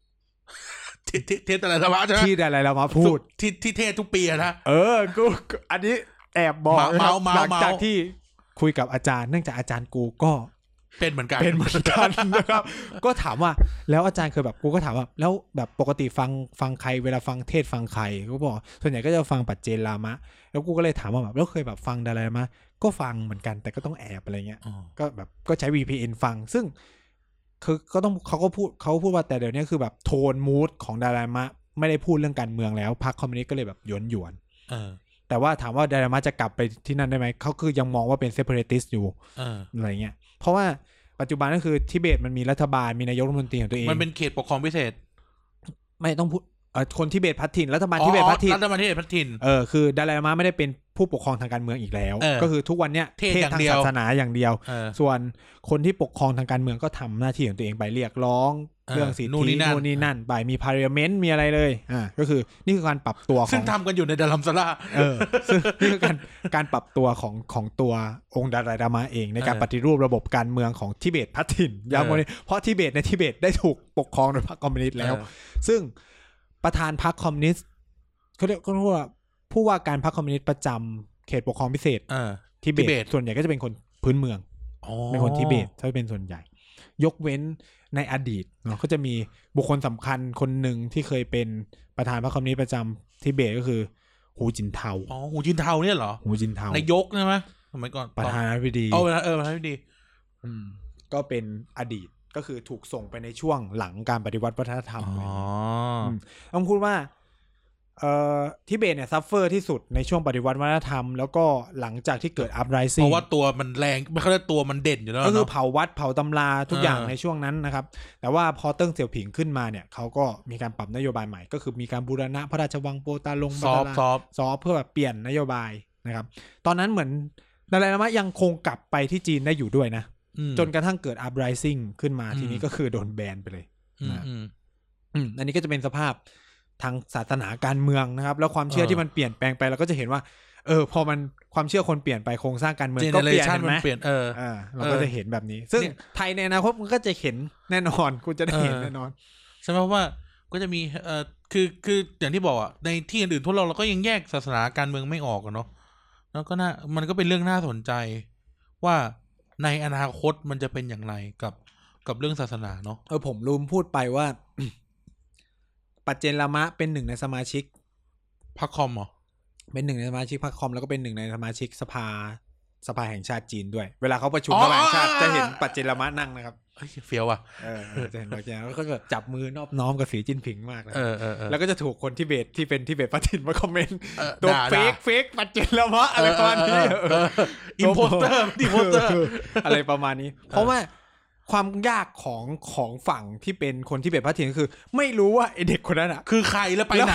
แต่ละลามะใช่ไหมที่แต่ละลามะพูดที่เทศทุกปีนะกูอันนี้แอบบอกหลังจากที่คุยกับอาจารย์เนื่องจากอาจารย์กูก็เป็นเหมือนกันนะครับก็ถามว่าแล้วอาจารย์เคยแบบกูก็ถามว่าแล้วแบบปกติฟังใครเวลาฟังเทศฟังใครก็บอกส่วนใหญ่ก็จะฟังปัจเจนลามะแล้วกูก็เลยถามว่าแบบแล้วเคยแบบฟังดาไลลามะก็ฟังเหมือนกันแต่ก็ต้องแอบอะไรเงี้ยก็แบบก็ใช้ VPN ฟังซึ่งคือก็ต้องเขาพูดว่าแต่เดี๋ยวนี้คือแบบโทนมูดของดาไลลามะไม่ได้พูดเรื่องการเมืองแล้วพรรคคอมมิวนิสต์ก็เลยแบบหยวนแต่ว่าถามว่าดาไลลามะจะกลับไปที่นั่นได้ไหมเขาคือยังมองว่าเป็นเซปาเรติสต์อยู่อะไรเงี้ยเพราะว่าปัจจุบันก็คือทิเบตมันมีรัฐบาลมีนายกรัฐมนตรีของตัวเองมันเป็นเขตปกครองพิเศษไม่ต้องพูดคนทิเบตพัฒถิ่นรัฐบาลทิเบตพัฒถิ่นคือดาไลลามะไม่ได้เป็นผู้ปกครองทางการเมืองอีกแล้วก็คือทุกวันเนี้ยเทศทางศาสนาอย่างเดียวส่วนคนที่ปกครองทางการเมืองก็ทำหน้าที่ของตัวเองไปเรียกร้องเรื่องสิทธินู่นนี่นั่นไปมี parliament มีอะไรเลยก็คือนี่คือการปรับตัวซึ่งทำกันอยู่ในดารัมซาร่าซึ่งนี่คือการปรับตัวของตัวองค์ดาไลลามะเองในการปฏิรูประบบการเมืองของทิเบตพัฒถิ่นย้ำว่าเพราะทิเบตในทิเบตได้ถูกปกครองโดยพรรคคอมมิวนิสต์แล้วซึ่งประธานพรรคคอมมิวนิสต์เขาเรียกว่าผู้ว่าการพรรคคอมมิวนิสต์ประจำเขตปกครองพิเศษทิเบตส่วนใหญ่ก็จะเป็นคนพื้นเมืองเป็นคนทิเบตถ้าเป็นส่วนใหญ่ยกเว้นในอดีตเนาะก็จะมีบุคคลสำคัญคนหนึ่งที่เคยเป็นประธานพรรคคอมมิวนิสต์ประจำทิเบตก็คือหูจินเทาหูจินเทาเนี่ยเหรอหูจินเทานายกใช่ไหมสมัยก่อนประธานาธิบดีประธานาธิบดีก็เป็นอดีตก็คือถูกส่งไปในช่วงหลังการปฏิวัติวัฒนธรรมต้องพูดว่าทิเบตเนี่ยซัฟเฟอร์ที่สุดในช่วงปฏิวัติวัฒนธรรมแล้วก็หลังจากที่เกิดอัพไรซิ่งเพราะว่าตัวมันแรงไม่ใช่ตัวมันเด่นอยู่แล้วก็คือเผาวัดเผาตำราทุกอย่างในช่วงนั้นนะครับแต่ว่าพอเติ้งเสี่ยวผิงขึ้นมาเนี่ยเขาก็มีการปรับนโยบายใหม่ก็คือมีการบูรณะพระราชวังโปตาลงซอฟเพื่อแบบเปลี่ยนนโยบายนะครับตอนนั้นเหมือนดาไลลามะยังคงกลับไปที่จีนได้อยู่ด้วยนะจนกระทั่งเกิดอัพไรซิ่งขึ้นมาทีนี้ก็คือโดนแบนไปเลยนะอันนี้ก็จะเป็นสภาพทางศาสนาการเมืองนะครับแล้วความเชื่อที่มันเปลี่ยนแปลงไปเราก็จะเห็นว่าพอมันความเชื่อคนเปลี่ยนไปโครงสร้างการเมืองก็เปลี่ยนไหมเราก็จะเห็นแบบนี้ซึ่งไทยในอนาคตมันก็จะเห็นแน่นอนกูจะได้เห็นแน่นอนใช่ไหมว่าก็จะมีคืออย่างที่บอกอ่ะในที่อื่นๆทั่วโลกเราก็ยังแยกศาสนาการเมืองไม่ออกกันเนาะแล้วก็มันก็เป็นเรื่องน่าสนใจว่าในอนาคตมันจะเป็นอย่างไรกับเรื่องศาสนาเนาะผมลืมพูดไปว่าปัจเจนลามะเป็นหนึ่งในสมาชิกพรรคคอมเหรอเป็นหนึ่งในสมาชิกพรรคคอมแล้วก็เป็นหนึ่งในสมาชิกสภาแห่งชาติจีนด้วยเวลาเขาประชุมสภาแห่งชาติจะเห็นปัจเจนลามะนั่งนะครับเฟี้ยวอ่ะจะเห็นปัจเจนแล้วก็แบบจับมือนอบน้อมกับสีจิ้นผิงมากเลยแล้วก็จะถูกคนทิเบตที่เป็นทิเบตพัฒถิ่นมาคอมเมนต์ตัวเฟกปัจเจนลามะอะไรประมาณนี้อิมโพสเตอร์อะไรประมาณนี้เพราะว่าความยากของฝั่งที่เป็นคนที่เป็นพัฒถิ่นคือไม่รู้ว่าไอเด็กคนนั้นอ่ะคือใครแล้วไปไหน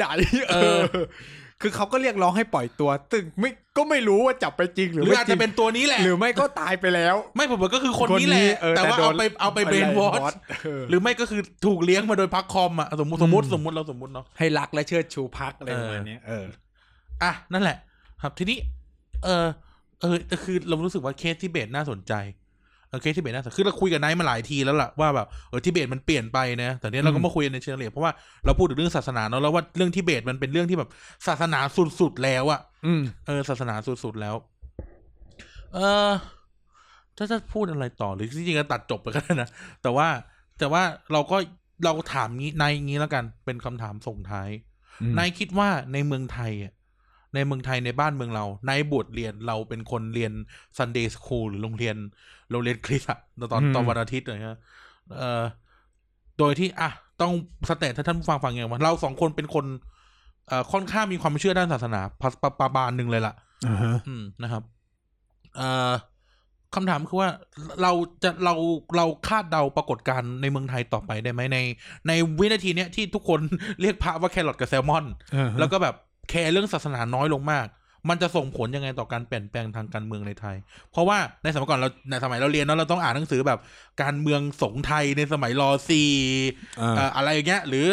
คือเขาก็เรียกร้องให้ปล่อยตัวตึงก็ไม่รู้ว่าจับไปจริงหรืออาจจะเป็นตัวนี้แหละหรือไม่ก็ตายไปแล้วไม่ผมก็คือคนนี้แหละแต่ว่าเอาไปเบรนวอชหรือไม่ก็คือถูกเลี้ยงมาโดยพรรคคอมอ่ะสมมติเราสมมติเนาะให้รักและเชิดชูพรรคอะไรประมาณนี้นั่นแหละครับทีนี้คือเรารู้สึกว่าเคสทิเบตน่าสนใจเคสทิเบตน่าสนใจคือเราคุยกับไนท์มาหลายทีแล้วล่ะว่าแบบทิเบตมันเปลี่ยนไปนะแต่เนี้ยเราก็มาคุยในเชิงละเอียดเพราะว่าเราพูดถึงเรื่องศาสนาเนาะแล้วว่าเรื่องทิเบตมันเป็นเรื่องที่แบบศาสนาสุดๆแล้วอะศาสนาสุดๆแล้วถ้าจะพูดอะไรต่อหรือจริงๆก็ตัดจบไปก็ได้นะแต่ว่าเราถามงี้ในงี้แล้วกันเป็นคำถามส่งท้ายนายคิดว่าในเมืองไทยในบ้านเมืองเราในบทเรียนเราเป็นคนเรียน Sunday School หรือโรงเรียนคริสต์อะตอนวันอาทิตย์อะไรเงี้ยโดยที่ต้องสเตทถ้าท่านผู้ฟังอย่างว่าเราสองคนเป็นคนค่อนข้างมีความเชื่อด้านศาสนาประมาณนึงเลยล่ะนะครับคำถามคือว่าเราคาดเดาปรากฏการณ์ในเมืองไทยต่อไปได้ไหมในวินาทีเนี้ยที่ทุกคนเรียกพระว่าแครอทกับแซลมอนแล้วก็แบบแคร์เรื่องศาสนาน้อยลงมากมันจะส่งผลยังไงต่อการเปลี่ยนแปลงทางการเมืองในไทยเพราะว่าในสมัยก่อนในสมัยเราเรียนเราต้องอ่านหนังสือแบบการเมืองสงฆ์ไทยในสมัยร.4 อะไรอย่างเงี้ยหรือ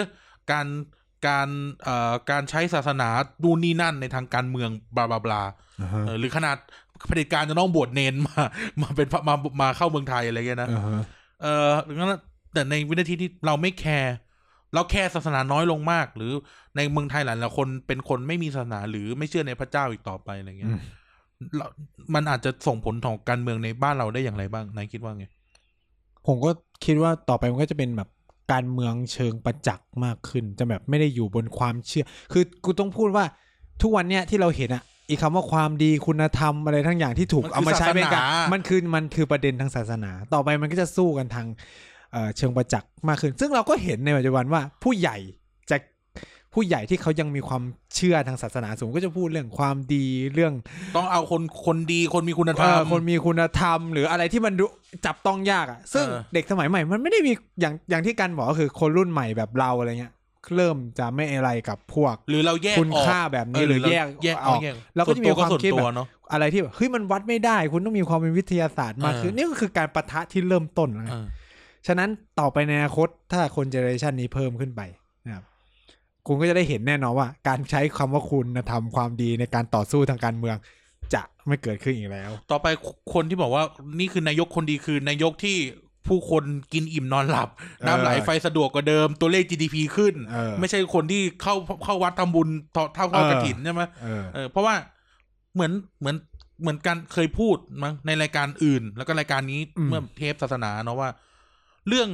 การใช้ศาสนาดูนี่นั่นในทางการเมืองบลาบลาบลาหรือขนาดเผด็จการจะต้องบวชเนนมาเป็นมาเข้าเมืองไทยอะไรเงี้ยนะหรืองั้นแต่ในวินาทีที่เราไม่แคร์เราแคร์ศาสนาน้อยลงมากหรือในเมืองไทยหลายๆคนเป็นคนไม่มีศาสนาหรือไม่เชื่อในพระเจ้าอีกต่อไปอะไรเงี้ยมันอาจจะส่งผลต่อการเมืองในบ้านเราได้อย่างไรบ้างนายคิดว่าไงผมก็คิดว่าต่อไปมันก็จะเป็นแบบการเมืองเชิงประจักษ์มากขึ้นจะแบบไม่ได้อยู่บนความเชื่อคือกูต้องพูดว่าทุกวันเนี้ยที่เราเห็นอ่ะอีกคำว่าความดีคุณธรรมอะไรทั้งอย่างที่ถูกเอามาใช้เป็นการมันคือประเด็นทางศาสนาต่อไปมันก็จะสู้กันทางเชิงประจักษ์มากขึ้นซึ่งเราก็เห็นในปัจจุบันว่าผู้ใหญ่ที่เขายังมีความเชื่อทางศาสนาสูงก็จะพูดเรื่องความดีเรื่องต้องเอาคนดีคนมีคุณธรรมคนมีคุณธรรมหรืออะไรที่มันจับต้องยากอ่ะซึ่งเด็กสมัยใหม่มันไม่ได้มีอย่างที่กันบอกก็คือคนรุ่นใหม่แบบเราอะไรเงี้ยเริ่มจะไม่อะไรกับพวกหรือเราแยกคุณค่าแบบนี้หรือแยกออกเราก็จะมีความคิดแบบอะไรที่แบบเฮ้ยมันวัดไม่ได้คุณต้องมีความเป็นวิทยาศาสตร์มากขึ้นนี่ก็คือการปะทะที่เริ่มต้นแล้วฉะนั้นต่อไปในอนาคตถ้าคนเจเนอเรชันนี้เพิ่มขึ้นไปนะครับคุณก็จะได้เห็นแน่นอนว่าการใช้คำว่าคุณธรรมความดีในการต่อสู้ทางการเมืองจะไม่เกิดขึ้นอีกแล้วต่อไปคนที่บอกว่านี่คือนายกคนดีคือนายกที่ผู้คนกินอิ่มนอนหลับน้ำไหลไฟสะดวกกว่าเดิมตัวเลข GDP ขึ้นไม่ใช่คนที่เข้าวัดทำบุญเท่ากฐินใช่ไหมเพราะว่าเหมือนกันเคยพูดมั้งในรายการอื่นแล้วก็รายการนี้เมื่อเทปศาสนาเนาะว่าเรื่อง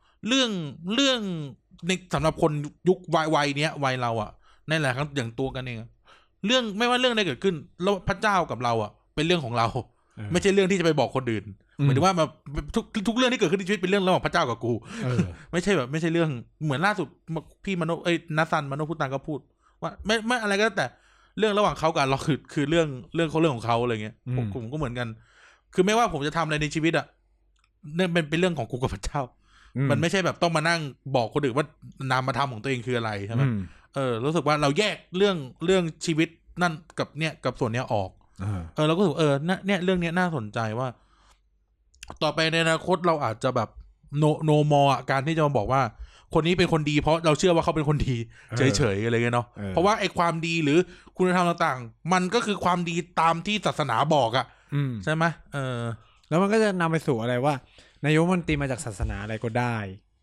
ในสำหรับคนยุควัยเนี้ยวัยเราอ่ะในหลายครั้งอย่างตัวกันเองเรื่องไม่ว่าเรื่องใดเกิดขึ้นแล้วพระเจ้ากับเราอ่ะเป็นเรื่องของเราไม่ใช่เรื่องที่จะไปบอกคนอื่นหมายถึงว่าแบบทุกเรื่องที่เกิดขึ้นในชีวิตเป็นเรื่องระหว่างพระเจ้ากับกูไม่ใช่เรื่องเหมือนล่าสุดพี่มโนนัสซันมโนพุตันก็พูดว่าไม่อะไรก็แต่เรื่องระหว่างเขากับเราคือเรื่องของเขาอะไรเงี้ยผมก็เหมือนกันคือไม่ว่าผมจะทำอะไรในชีวิตอ่ะนั่นเป็นเรื่องของกูกับพระเจ้ามันไม่ใช่แบบต้องมานั่งบอกคนอื่นว่านามธรรมของตัวเองคืออะไรใช่ไหมรู้สึกว่าเราแยกเรื่องชีวิตนั่นกับส่วนเนี้ยออกเราก็รู้สึกเนี่ยเรื่องเนี้ยน่าสนใจว่าต่อไปในอนาคตเราอาจจะแบบโนมอการที่จะมาบอกว่าคนนี้เป็นคนดีเพราะเราเชื่อว่าเขาเป็นคนดีเฉยๆอะไรเงี้ยเนาะเพราะว่าไอ้ความดีหรือคุณธรรมต่างๆมันก็คือความดีตามที่ศาสนาบอกอ่ะใช่ไหมแล้วมันก็จะนำไปสู่อะไรว่านายกมันตีมาจากศาสนาอะไรก็ได้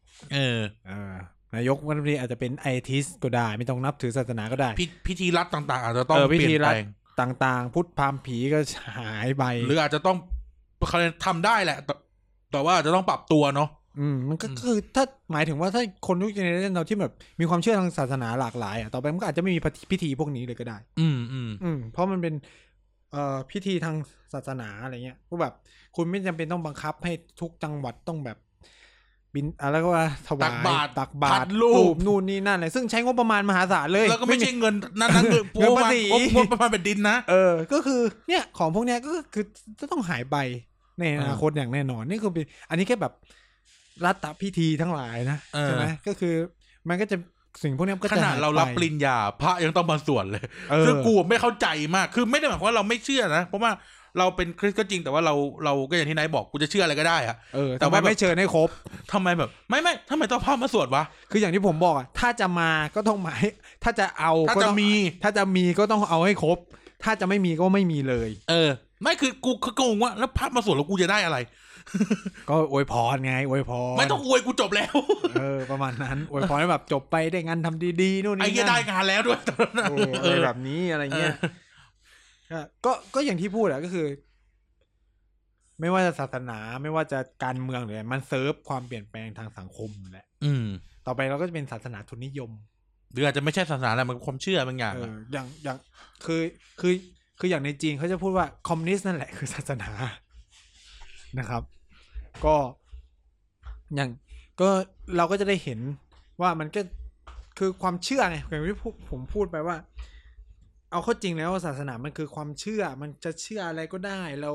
นายกมันอาจจะเป็นไอทิสก็ได้ไม่ต้องนับถือศาสนาก็ได้พิธีรัฐต่างๆอาจจะต้องเปลี่ยนแปลงต่างๆพุทธพราหมณ์ผีก็หายไปหรืออาจจะต้องเขาทำได้แหละแต่ว่าอาจจะต้องปรับตัวเนาะมันก็คือถ้าหมายถึงว่าถ้าคนยุคเจเนอเรชันเราที่แบบมีความเชื่อทางศาสนาหลากหลายต่อไปมันก็อาจจะไม่มีพิธีพวกนี้เลยก็ได้เพราะมันเป็นพิธีทางศาสนาอะไรเงี้ยก็แบบคุณไม่จำเป็นต้องบังคับให้ทุกจังหวัดต้องแบบบินอะไรก็ว่าถวายตักบาตรรูปนู่นนี่นั่นอะไรซึ่งใช้งบประมาณมหาศาลเลยแล้วก็ไม่ใช่เงินนั่นคือเงินภาษีงบประมาณแผ่นดินนะก็คือเนี่ยของพวกเนี้ยก็คือจะต้องหายไปในอนาคตอย่างแน่นอนนี่คืออันนี้แค่แบบรัฐพิธีทั้งหลายนะใช่ไหมก็คือมันก็จะสิ่งพวกนี้ก็จะขนาดเรารับปริญญาพระยังต้องมาสวดเลยคือกูไม่เข้าใจมากคือไม่ได้หมายความว่าเราไม่เชื่อนะเพราะว่าเราเป็นคริสต์ก็จริงแต่ว่าเราก็อย่างที่นายบอกกูจะเชื่ออะไรก็ได้อะแต่ว่าไม่เชิญให้ครบทำไมแบบไม่ทำไมต้องพระมาสวดวะคืออย่างที่ผมบอกถ้าจะมาก็ต้องมาถ้าจะเอาถ้าจะมีก็ต้องเอาให้ครบถ้าจะไม่มีก็ไม่มีเลยไม่คือกูก็งงว่าแล้วพระมาสวดแล้วกูจะได้อะไรก็อวยพรไงอวยพรไม่ต้องอวยกูจบแล้วประมาณนั้นอวยพรให้แบบจบไปได้งานทำดีๆนู่นนี่ไอ้ได้งานแล้วด้วยตอนนั้นแบบนี้อะไรเงี้ยก็อย่างที่พูดอะก็คือไม่ว่าจะศาสนาไม่ว่าจะการเมืองหรือมันเซิร์ฟความเปลี่ยนแปลงทางสังคมแหละต่อไปเราก็จะเป็นศาสนาทุนนิยมหรืออาจจะไม่ใช่ศาสนาอะไรมันความเชื่อบางอย่างอย่างคืออย่างในจีนเขาจะพูดว่าคอมมิวนิสต์นั่นแหละคือศาสนานะครับก็อย่างก็เราก็จะได้เห็นว่ามันก็คือความเชื่อไงอย่างที่ผมพูดไปว่าเอาเข้าจริงแล้วศาสนามันคือความเชื่อมันจะเชื่ออะไรก็ได้เรา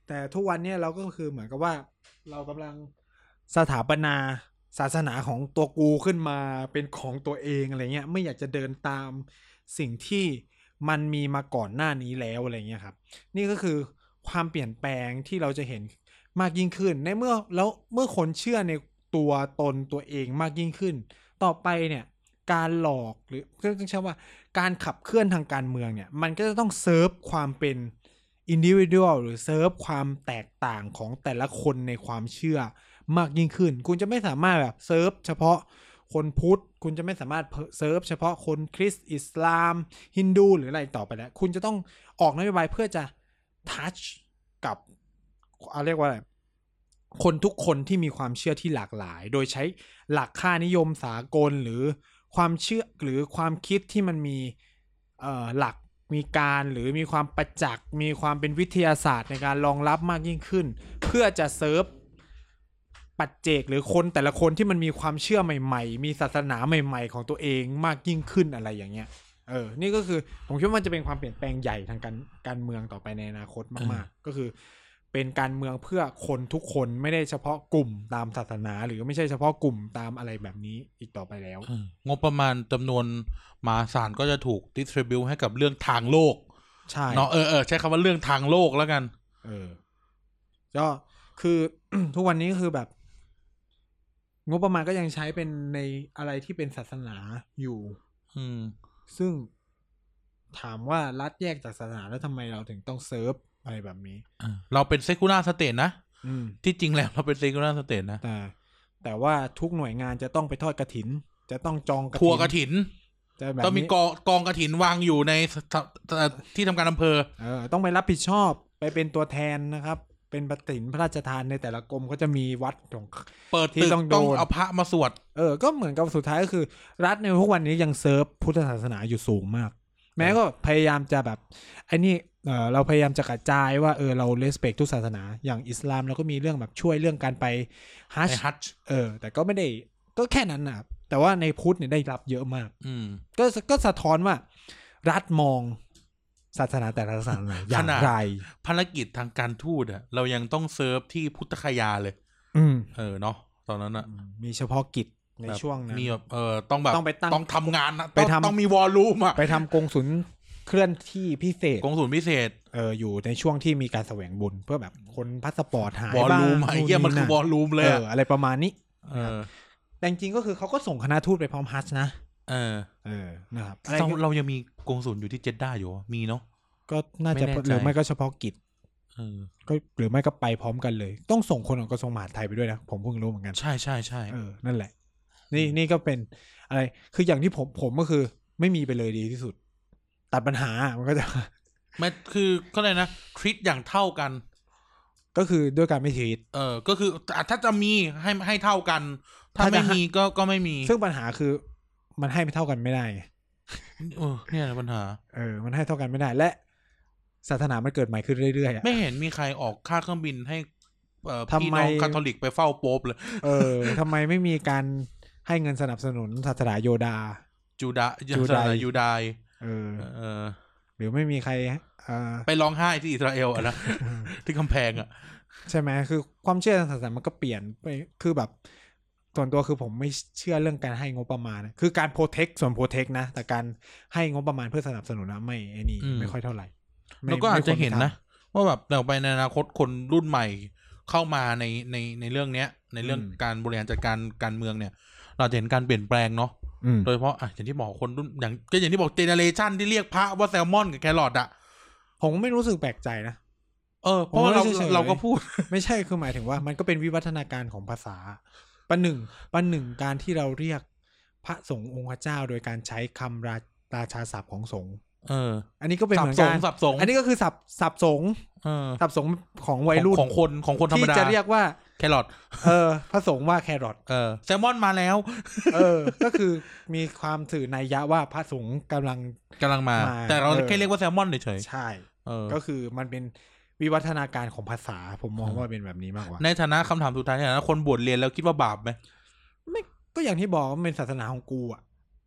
แต่ทุกวันนี้เราก็คือเหมือนกับว่าเรากำลังสถาปนาศาสนาของตัวกูขึ้นมาเป็นของตัวเองอะไรเงี้ยไม่อยากจะเดินตามสิ่งที่มันมีมาก่อนหน้านี้แล้วอะไรเงี้ยครับนี่ก็คือความเปลี่ยนแปลงที่เราจะเห็นมากยิ่งขึ้นในเมื่อคนเชื่อในตัวตนตัวเองมากยิ่งขึ้นต่อไปเนี่ยการหลอกหรือต้องใช้ว่าการขับเคลื่อนทางการเมืองเนี่ยมันก็จะต้องเซิร์ฟความเป็นอินดิวิวดัลหรือเซิร์ฟความแตกต่างของแต่ละคนในความเชื่อมากยิ่งขึ้นคุณจะไม่สามารถแบบเซิร์ฟเฉพาะคนพุทธคุณจะไม่สามารถเซิร์ฟเฉพาะคนคริสต์อิสลามฮินดูหรืออะไรต่อไปแล้วคุณจะต้องออกนโยบายเพื่อจะทัชกับเรียกว่าอะไรคนทุกคนที่มีความเชื่อที่หลากหลายโดยใช้หลักค่านิยมสากลหรือความเชื่อหรือความคิดที่มันมีหลักมีการหรือมีความประจักษ์มีความเป็นวิทยาศาสตร์ในการรองรับมากยิ่งขึ้นเพื่อจะเซิร์ฟปัจเจกหรือคนแต่ละคนที่มันมีความเชื่อใหม่ๆมีศาสนาใหม่ๆของตัวเองมากยิ่งขึ้นอะไรอย่างเงี้ยนี่ก็คือผมคิดว่ามันจะเป็นความเปลี่ยนแปลงใหญ่ทางการเมืองต่อไปในอนาคตมากๆก็คือเป็นการเมืองเพื่อคนทุกคนไม่ได้เฉพาะกลุ่มตามศาสนาหรือไม่ใช่เฉพาะกลุ่มตามอะไรแบบนี้อีกต่อไปแล้วงบประมาณจำนวนมหาศาลก็จะถูกดิสทริบิวต์ให้กับเรื่องทางโลกใช่เนาะใช้คำว่าเรื่องทางโลกแล้วกันก็คือ ทุกวันนี้คือแบบงบประมาณก็ยังใช้เป็นในอะไรที่เป็นศาสนาอยู่ซึ่งถามว่ารัฐแยกจากศาสนาแล้วทำไมเราถึงต้องเซิร์ฟอะไรแบบนี้เราเป็นเซคูลาร์สเตทนะที่จริงแล้วเราเป็นเซคูลาร์สเตทนะแต่ว่าทุกหน่วยงานจะต้องไปทอดกฐินจะต้องจองทัวร์กฐินต้องมีกองกฐินวางอยู่ในที่ทำการอำเภอต้องไปรับผิดชอบไปเป็นตัวแทนนะครับเป็นกฐินพระราชทานในแต่ละกรมก็จะมีวัดของเปิดตึกต้องเอาพระมาสวดก็เหมือนกับสุดท้ายก็คือรัฐในทุกวันนี้ยังเซิร์ฟพุทธศาสนาอยู่สูงมากแม้ก็พยายามจะแบบไอ้นี่เราพยายามจะกระจายว่าเราเรสเพคทุกศาสนาอย่างอิสลามเราก็มีเรื่องแบบช่วยเรื่องการไปฮัจญ์แต่ก็ไม่ได้ก็แค่นั้นนะแต่ว่าในพุทธเนี่ยได้รับเยอะมากก็สะท้อนว่ารัฐมองศาสนาแต่ละศาสนาอย่างไรภารกิจทางการทูตเรายังต้องเซิร์ฟที่พุทธคยาเลยเนาะตอนนั้นมีเฉพาะกิจในช่วงนั้นมีแบบต้องแบบต้องทำงานนะต้องมีวอลลุ่มไปทำกงสุลเคลื่อนที่พิเศษกงสุลพิเศษอยู่ในช่วงที่มีการแสวงบุญเพื่อแบบคนพาสปอร์ตหายวอลลุ่มไอ้เหี้ยมันคือวอลลุ่มเลยอะไรประมาณนี้แต่จริงๆก็คือเขาก็ส่งคณะทูตไปพร้อมฮัจญ์นะนะครับเรายังมีกงสุลอยู่ที่เจดด้าอยู่มีเนาะก็น่าจะหรือไม่ก็เฉพาะกิจก็หรือไม่ก็ไปพร้อมกันเลยต้องส่งคนของกระทรวงมหาดไทยไปด้วยนะผมเพิ่งรู้เหมือนกันใช่ใช่ใช่นั่นแหละนี่ก็เป็นอะไรคืออย่างที่ผมก็คือไม่มีไปเลยดีที่สุดตัดปัญหามันก็จะไม่คือก็เลยนะทรีตอย่างเท่ากันก็คือด้วยการไม่ทรีตก็คือถ้าจะมีให้เท่ากันถ้าไม่มีก็ไม่มีซึ่งปัญหาคือมันให้ไม่เท่ากันไม่ได้เนี่ยปัญหามันให้เท่ากันไม่ได้และศาสนามันเกิดใหม่ขึ้นเรื่อยๆไม่เห็นมีใครออกค่าเครื่องบินให้พี่น้องคาทอลิกไปเฝ้าโป๊ปเลยทำไมไม่มีการให้เงินสนับสนุนศาสนาโยดายูดายหรือไม่มีใครไปร้องไห้ที่อิสราเอลนะ ที่กำแพงใช่ไหมคือความเชื่อทางศาสนามันก็เปลี่ยนไปคือแบบส่วนตัวคือผมไม่เชื่อเรื่องการให้งบประมาณคือการโปรเทคส่วนโปรเทคนะแต่การให้งบประมาณเพื่อสนับสนุนนะไม่ไอ้นี่ไม่ค่อยเท่าไหร่แล้วก็อาจจะเห็นนะว่าแบบต่อไปในอนาคตคนรุ่นใหม่เข้ามาในเรื่องเนี้ยในเรื่องการบริหารจัดการการเมืองเนี่ยเราจะเห็นการเปลี่ยนแปลงเนาะโดยเฉพาะอย่างที่บอกคนรุ่นอย่างที่บอกเจเนเรชันที่เรียกพระว่าแซลมอนกับแครอทผมไม่รู้สึกแปลกใจนะเพราะว่าเราก็พูดไม่ใช่คือหมายถึงว่ามันก็เป็นวิวัฒนาการของภาษาประหนึ่งการที่เราเรียกพระสงฆ์องค์พระเจ้าโดยการใช้คำราชาศัพท์ของสงฆ์อันนี้ก็เป็นเหมือนกันสับสงอันนี้ก็คือสับสงฆ์สับสงฆ์ของวัยรุ่นของคนธรรมดาที่จะเรียกว่าแครอทพระสงฆ์ว่าแครอทแซลมอนมาแล้วก็คือมีความสื่อนัยยะว่าพระสงฆ์กำลังมาแต่เราแค่เรียกว่าแซลมอนเฉยๆใช่ก็คือมันเป็นวิวัฒนาการของภาษาผมมองว่าเป็นแบบนี้มากกว่าในฐานะคำถามสุดท้ายในฐานะคนบวชเรียนแล้วคิดว่าบาปไหมไม่ก็อย่างที่บอกมันเป็นศาสนาของกู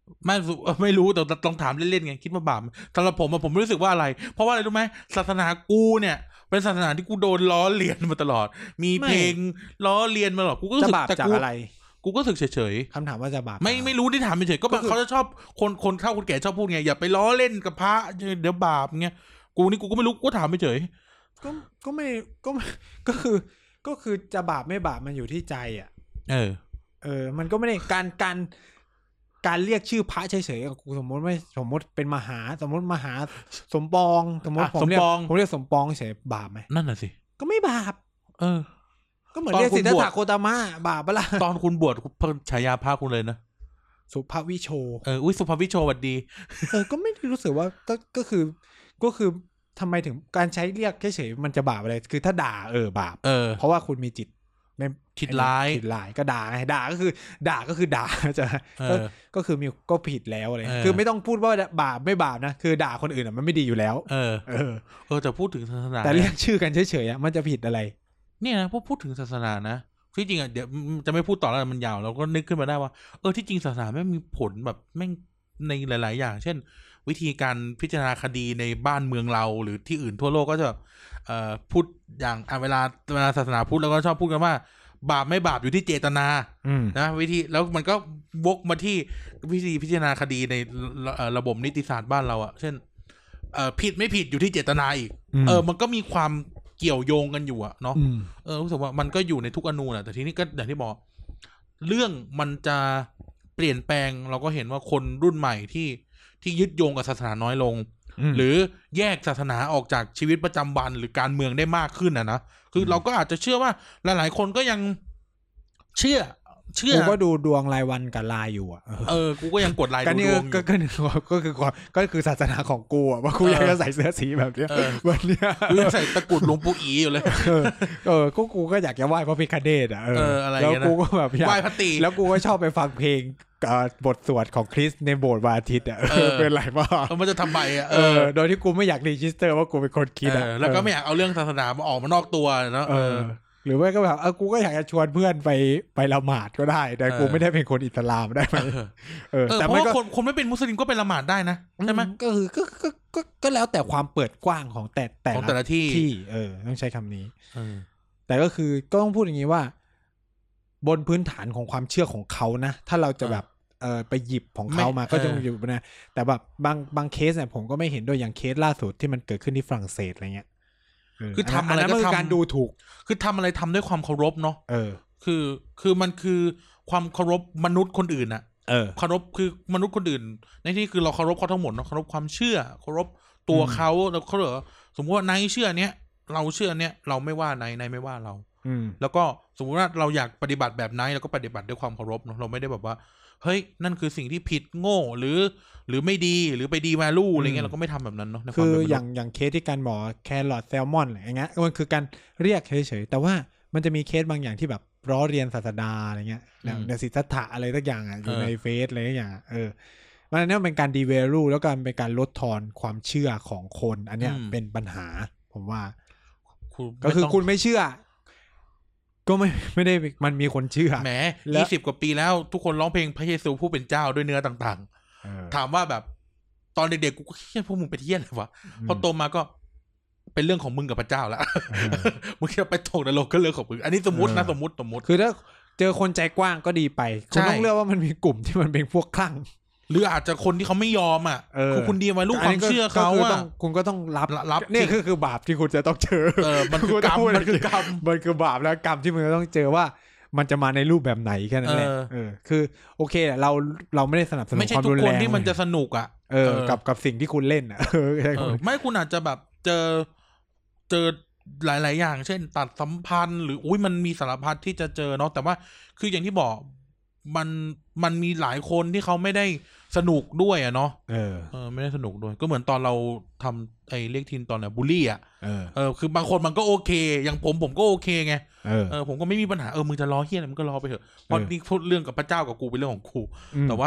ไม่รู้แต่ต้องถามเล่นๆไงคิดว่าบาปสำหรับผมผมรู้สึกว่าอะไรเพราะว่าอะไรรู้ไหมศาสนากูเนี่ยเป็นศาสนาที่กูโดนล้อเลียนมาตลอดมีเพลงล้อเลียนมาตลอดกูก็รู้สึกแต่จากอะไรกูก็รู้สึกเฉยๆคำถามว่าจะบาปไม่รู้ที่ถามเฉยๆก็แบบเขาจะชอบคนเฒ่าคนแก่ชอบพูดไงอย่าไปล้อเล่นกับพระเดี๋ยวบาปเงี้ยกูก็ไม่รู้กูถามเฉยก็ไม่ก็คือจะบาปไม่บาปมันอยู่ที่ใจอ่ะมันก็ไม่ได้การเรียกชื่อพระเฉยๆกูสมมติเป็นมหาสมมปองสมมติผมเรียกสมปองเฉยบาปไหมนั่นน่ะสิก็ไม่บาปก็เหมือนเรียกสิทธัตถะโคตามะบาปปะล่ะตอนคุณบวชฉายาพระคุณเลยนะสุภวิโชอุ้ยสุภวิโชสวัสดีก็ไม่รู้สึกว่าก็คือทำไมถึงการใช้เรียกเฉยๆมันจะบาปอะไรคือถ้าด่าบาปเพราะว่าคุณมีจิตคิดร้ายก็ด่าไงด่าก็คือด่าจะก็คือมีก็ผิดแล้วอะไรคือไม่ต้องพูดว่าบาปไม่บาปนะคือด่าคนอื่นมันไม่ดีอยู่แล้วแต่พูดถึงศาสนาแต่เรียกชื่อกันเฉยๆมันจะผิดอะไรเนี่ยนะพอพูดถึงศาสนานะที่จริงเดี๋ยวจะไม่พูดต่อแล้วมันยาวเราก็นึกขึ้นมาได้ว่าที่จริงศาสนาไม่มีผลแบบแม่งในหลายๆอย่างเช่นวิธีการพิจารณาคดีในบ้านเมืองเราหรือที่อื่นทั่วโลกก็จะพูดอย่างเวลาศาสนาพูดแล้วก็ชอบพูดกันว่าบาปไม่บาปอยู่ที่เจตนานะวิธีแล้วมันก็วกมาที่วิธีพิจารณาคดีในระบบนิติศาสตร์บ้านเราเช่นผิดไม่ผิดอยู่ที่เจตนาอีกมันก็มีความเกี่ยวโยงกันอยู่เนาะรู้สึกว่ามันก็อยู่ในทุกอนูแต่ทีนี้ก็อย่างที่บอกเรื่องมันจะเปลี่ยนแปลงเราก็เห็นว่าคนรุ่นใหม่ที่ยึดโยงกับศาสนาน้อยลงหรือแยกศาสนาออกจากชีวิตประจำวันหรือการเมืองได้มากขึ้นนะคือเราก็อาจจะเชื่อว่าหลายๆคนก็ยังเชื่อกูก็ดูดวงรายวันกับรายอยู่กูก็ยังกดรายดูดวงก็คือศาสนาของกูว่ากูอยากจะใส่เสื้อสีแบบนี้วันนี้กูยังใส่ตะกุดหลวงปู่อีอยู่เลยกูก็อยากจะไหว้พระพิฆเนศแล้วกูก็แบบไหว้พระตรีแล้วกูก็ชอบไปฟังเพลงบทสวดของคริสในโบสถ์วันอาทิตย์เป็นไรบ้างมันจะทำไมโดยที่กูไม่อยากรีจิสเตอร์ว่ากูเป็นคนคิดแล้วก็ไม่อยากเอาเรื่องศาสนามาออกมานอกตัวเนาะหรือว่าก็แบบกูก็อยากจะชวนเพื่อนไปละหมาดก็ได้แต่กูไม่ได้เป็นคนอิสลามได้ไหมแต่เพราะว่าคนไม่เป็นมุสลิมก็ไปละหมาดได้นะใช่ไหมก็คือก็แล้วแต่ความเปิดกว้างของแต่ละที่ต้องใช้คำนี้แต่ก็คือก็ต้องพูดอย่างนี้ว่าบนพื้นฐานของความเชื่อของเขานะถ้าเราจะแบบไปหยิบของเขามาก็จะอยู่นะแต่แบบบางเคสเนี่ยผมก็ไม่เห็นด้วยอย่างเคสล่าสุดที่มันเกิดขึ้นที่ฝรั่งเศสอะไรเงี้ยคือทำอะไรก็ทำการดูถูกคือทำอะไรทำด้วยความเคารพเนาะคือมันคือความเคารพมนุษย์คนอื่นอะเคารพคือมนุษย์คนอื่นในที่คือเราเคารพเขาทั้งหมดเนาะเคารพความเชื่อเคารพตัวเขาแล้วเขาเหรอสมมติว่านายเชื่อเนี้ยเราเชื่อเนี้ยเราไม่ว่านายไม่ว่าเราแล้วก็สมมติว่าเราอยากปฏิบัติแบบนายเราก็ปฏิบัติด้วยความเคารพเนาะเราไม่ได้แบบว่าเฮ้ยนั่นคือสิ่งที่ผิดโง่หรือไม่ดีหรือไปดีมาลู่อะไรเงี้ยเราก็ไม่ทำแบบนั้นเนาะคืออย่างเคสที่การบอกแครอทแซลมอนอะไรเงี้ยมันคือการเรียกเฉยๆแต่ว่ามันจะมีเคสบางอย่างที่แบบล้อเรียนศาสดาอะไรเงี้ยอย่างสิทธัตถะอะไรสักอย่างอยู่ในเฟซอะไรอย่างมันเนี่ยเป็นการดีเวลูแล้วการเป็นการลดทอนความเชื่อของคนอันเนี้ยเป็นปัญหาผมว่าก็คือคุณไม่เชื่อก็ไม่ได้มันมีคนเชื่อแหม20 กว่าปีแล้วทุกคนร้องเพลงพระเยซูผู้เป็นเจ้าด้วยเนื้อต่างๆถามว่าแบบตอนเด็กๆกูก็เฮี้ยพวกมึงไปเที่ยอะไรวะพอโตมาก็เป็นเรื่องของมึงกับพระเจ้าแล้วมึงจะไปตกนรกก็เรื่องของมึงอันนี้สมมตินะสมมติคือถ้าเจอคนใจกว้างก็ดีไปคุณต้องเลือกว่ามันมีกลุ่มที่มันเป็นพวกคลั่งหรืออาจจะคนที่เขาไม่ยอมคือคุณดีมาลูกความเชื่อเขาคุณก็ต้องรับนี่คือบาปที่คุณจะต้องเจอมันคือกรรมมันคือกรรมมันคือบาปและกรรมที่มึงจะต้องเจอว่ามันจะมาในรูปแบบไหนแค่นั้นแหละคือโอเคเราไม่ได้สนับสนุนความรุนแรงไม่ใช่ทุกคนที่มันจะสนุกกับสิ่งที่คุณเล่นไม่คุณอาจจะแบบเจอหลายๆอย่างเช่นตัดสัมพันธ์หรือมันมีสารพัดที่จะเจอเนาะแต่ว่าคืออย่างที่บอกมันมีหลายคนที่เขาไม่ได้สนุกด้วยเนาะไม่ได้สนุกด้วยก็เหมือนตอนเราทำไอ้เรียกทีนตอนบูลลี่คือบางคนมันก็โอเคอย่างผมก็โอเคไงผมก็ไม่มีปัญหามึงจะล้อเฮี้ยอะไรมึงก็ล้อไปเถอะเพราะนี่พูดเรื่องกับพระเจ้ากับกูเป็นเรื่องของกูแต่ว่า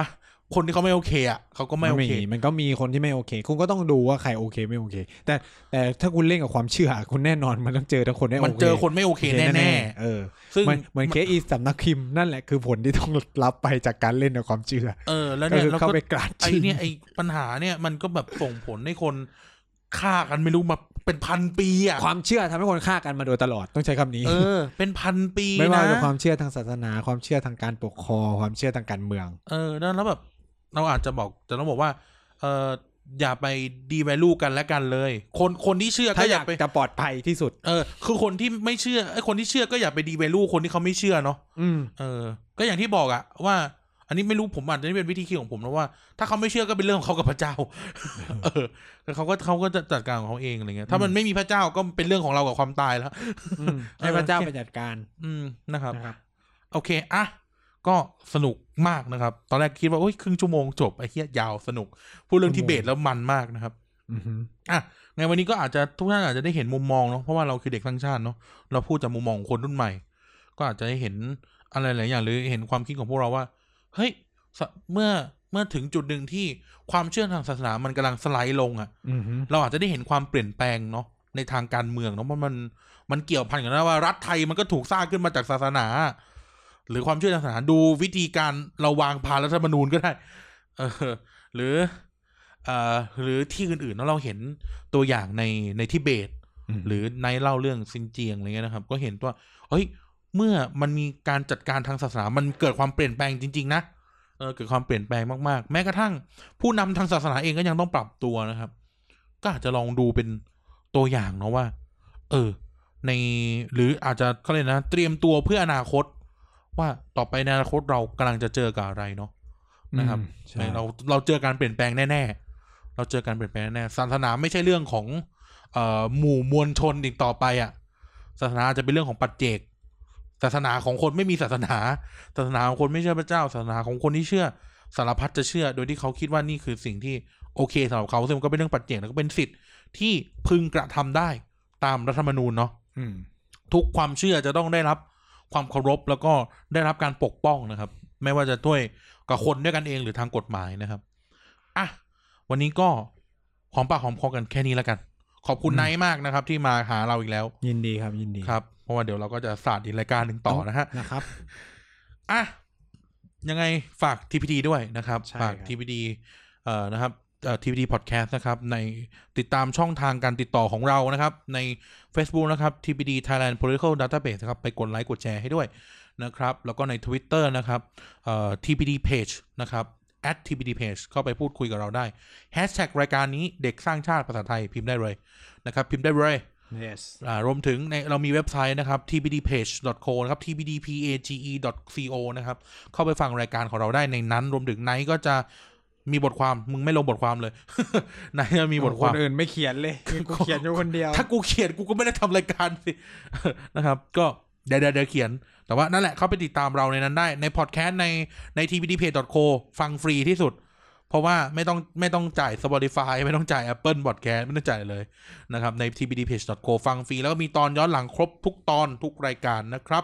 คนที่เขาไม่โอเคอ่ะเขาก็ไม่โอเคมันก็มีคนที่ไม่โอเคคุณก็ต้องดูว่าใครโอเคไม่โอเคแต่ถ้าคุณเล่นกับความเชื่อคุณแน่นอนมันต้องเจอทั้งคนไม่โอเคมันเจอคนไม่โอเคแน่ซึ่งเหมือนเคสอีสำนักพิมพ์นั่นแหละคือผลที่ต้องรับไปจากการเล่นกับความเชื่อแล้วเนี่ยเข้าไปกราดไอ้เนี่ยไอ้ปัญหาเนี่ยมันก็แบบส่งผลให้คนฆ่ากันไม่รู้มาเป็นพันปีอ่ะความเชื่อทำให้คนฆ่ากันมาโดยตลอดต้องใช้คำนี้เป็นพันปีไม่ว่าจะความเชื่อทางศาสนาความเชื่อทางการปกครองความเชื่อทางการเมืองแล้วแบบเราอาจจะบอกแต่ต้องบอกว่าอย่าไปดีแวลูกันและกันเลยคนที่เชื่อก็อยากจะปลอดภัยที่สุดคือคนที่ไม่เชื่อคนที่เชื่อก็อย่าไปดีแวลูคนที่เขาไม่เชื่อเนาะก็อย่างที่บอกอะว่าอันนี้ไม่รู้ผมอาจจะไม่เป็นวิธีคิดของผมนะว่าถ้าเขาไม่เชื่อก็เป็นเรื่องของเขากับพระเจ้าแต่เขาก็จะจัดการของเขาเองอะไรเงี้ยถ้ามันไม่มีพระเจ้าก็เป็นเรื่องของเรากับความตายแล้วให้พระเจ้าไปจัดการนะครับโอเคอ่ะก็สนุกมากนะครับตอนแรกคิดว่าโอ้ยครึ่งชั่วโมงจบไอ้เหี้ยยาวสนุกพูดเรื่องทิเบตแล้วมันมากนะครับในวันนี้ก็อาจจะทุกท่านอาจจะได้เห็นมุมมองเนาะเพราะว่าเราคือเด็กสร้างชาติเนาะเราพูดจากมุมมองของคนรุ่นใหม่ก็อาจจะได้เห็นอะไรหลายอย่างหรือเห็นความคิดของพวกเราว่าเฮ้ยเมื่อถึงจุดหนึ่งที่ความเชื่อทางศาสนามันกำลังสไลด์ลงเราอาจจะได้เห็นความเปลี่ยนแปลงเนาะในทางการเมืองเนาะมันเกี่ยวพันกันนะว่ารัฐไทยมันก็ถูกสร้างขึ้นมาจากศาสนาหรือความเชื่อทางศาสนาดูวิธีการเราวางผ่านรัฐธรรมนูญก็ได้หรือที่อื่นๆแล้วเราเห็นตัวอย่างในทิเบตหรือในเล่าเรื่องซินเจียงอะไรเงี้ยนะครับก็เห็นว่าเฮ้ยเมื่อมันมีการจัดการทางศาสนามันเกิดความเปลี่ยนแปลงจริงๆนะเกิดความเปลี่ยนแปลงมากๆแม้กระทั่งผู้นำทางศาสนาเองก็ยังต้องปรับตัวนะครับก็อาจจะลองดูเป็นตัวอย่างเนาะว่าในหรืออาจจะเขาเรียกนะเตรียมตัวเพื่ออนาคตว่าต่อไปในอนาคตเรากำลังจะเจอกับอะไรเนาะนะครับเราเจอการเปลี่ยนแปลงแน่ๆเราเจอการเปลี่ยนแปลงแน่ศาสนาไม่ใช่เรื่องของหมู่มวลชนอีกต่อไปอ่ะศาสนาจะเป็นเรื่องของปัจเจกศาสนาของคนไม่มีศาสนาของคนไม่เชื่อพระเจ้าศาสนาของคนที่เชื่อสารพัดจะเชื่อโดยที่เขาคิดว่านี่คือสิ่งที่โอเคสำหรับเขาซึ่งมันก็เป็นเรื่องปัจเจกแล้วก็เป็นสิทธิ์ที่พึงกระทำได้ตามรัฐธรรมนูญเนาะทุกความเชื่อจะต้องได้รับความเคารพแล้วก็ได้รับการปกป้องนะครับไม่ว่าจะด้วยกับคนด้วยกันเองหรือทางกฎหมายนะครับวันนี้ก็หอมปากหอมคอกันแค่นี้แล้วกันขอบคุณไนท์มากนะครับที่มาหาเราอีกแล้วยินดีครับยินดีครับเพราะว่าเดี๋ยวเราก็จะสาดอีกรายการหนึ่งต่อนะครับยังไงฝาก TPD ด้วยนะครับฝาก TPD นะครับTPD Podcast นะครับในติดตามช่องทางการติดต่อของเรานะครับใน Facebook นะครับ TPD Thailand Political Database นะครับไปกดไลค์กดแชร์ให้ด้วยนะครับแล้วก็ใน Twitter นะครับTPD Page นะครับ@TPD Page เข้าไปพูดคุยกับเราได้ Hashtag รายการนี้เด็กสร้างชาติภาษาไทยพิมพ์ได้เลยนะครับพิมพ์ได้เลย yes รวมถึงเรามีเว็บไซต์นะครับ tpdpage.co นะครับ tpdpage.co นะครับเข้าไปฟังรายการของเราได้ในนั้นรวมถึงไนท์ก็จะมีบทความมึงไม่ลงบทความเลย ไนท์จะมีบทความคนอื่นไม่เขียนเลยกูเขียนอยู่คนเดียวถ้ากูเขียนกูก็ไม่ได้ทำรายการสิ นะครับก็เดี๋ยวเขียนแต่ว่านั่นแหละเข้าไปติดตามเราในนั้นได้ในพอดแคสต์ใน tpdpage.co ฟังฟรีที่สุดเพราะว่าไม่ต้องจ่าย Spotify ไม่ต้องจ่าย Apple Podcast ไม่ต้องจ่ายเลยนะครับใน tpdpage.co ฟังฟรีแล้วก็มีตอนย้อนหลังครบทุกตอนทุกรายการนะครับ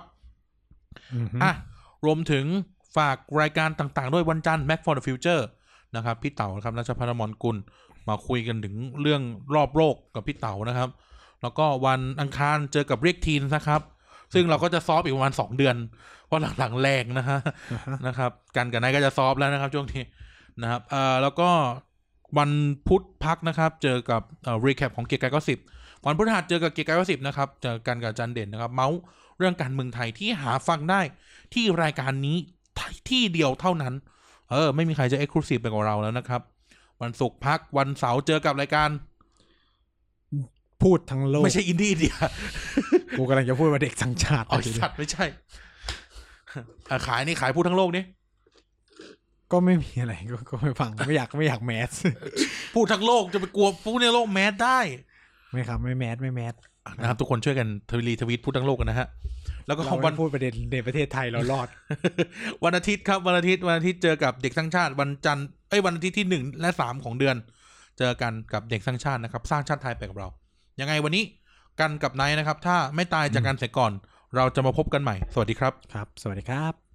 รวมถึงฝากรายการต่างๆด้วยวันจันทร์ Mac for the Future นะครับพี่เต๋าครับรัชพัฒน์มรกุลมาคุยกันถึงเรื่องรอบโลกกับพี่เต๋านะครับแล้วก็วันอังคารเจอกับเรียกทีนนะครับซึ่งเราก็จะซอฟอีกประมาณ2 เดือนเพราะหลังๆแรงนะครับกันกับนายก็จะซอฟแล้วนะครับช่วงนี้นะครับแล้วก็วันพุธพักนะครับเจอกับรีแคปของเกียร์กาย90วันพฤหัสเจอกับเกียร์กาย90นะครับเจอกันกับจันเด่นนะครับเมาส์เรื่องการเมืองไทยที่หาฟังได้ที่รายการนี้ที่เดียวเท่านั้นไม่มีใครจะ exclusive ไปกว่าเราแล้วนะครับวันศุกร์พักวันเสาร์เจอกับรายการพูดทั้งโลกไม่ใช่อินดี้เดียกูกำลังจะพูดว่าเด็กสังชาติสัตว์ไม่ใช่ขายพูดทั้งโลกนี่ก็ไม่มีอะไรก็ไม่ฟังไม่อยากแมสพูดทั้งโลกจะไปกลัวพูดในโลกแมสได้ไม่ครับไม่แมสนะครับทุกคนช่วยกันทวีตพูดทั้งโลกกันนะฮะแล้วก็วันพูดประเด็นในประเทศไทยเรารอดวันอาทิตย์ครับวันอาทิตย์เจอกับเด็กสร้างชาติวันจันทร์วันอาทิตย์ที่1และ3ของเดือนเจอกันกับเด็กสร้างชาตินะครับสร้างชาติไทยไปกับเรายังไงวันนี้กันกับไนท์นะครับถ้าไม่ตายจากกันเสียก่อนเราจะมาพบกันใหม่สวัสดีครับครับสวัสดีครับ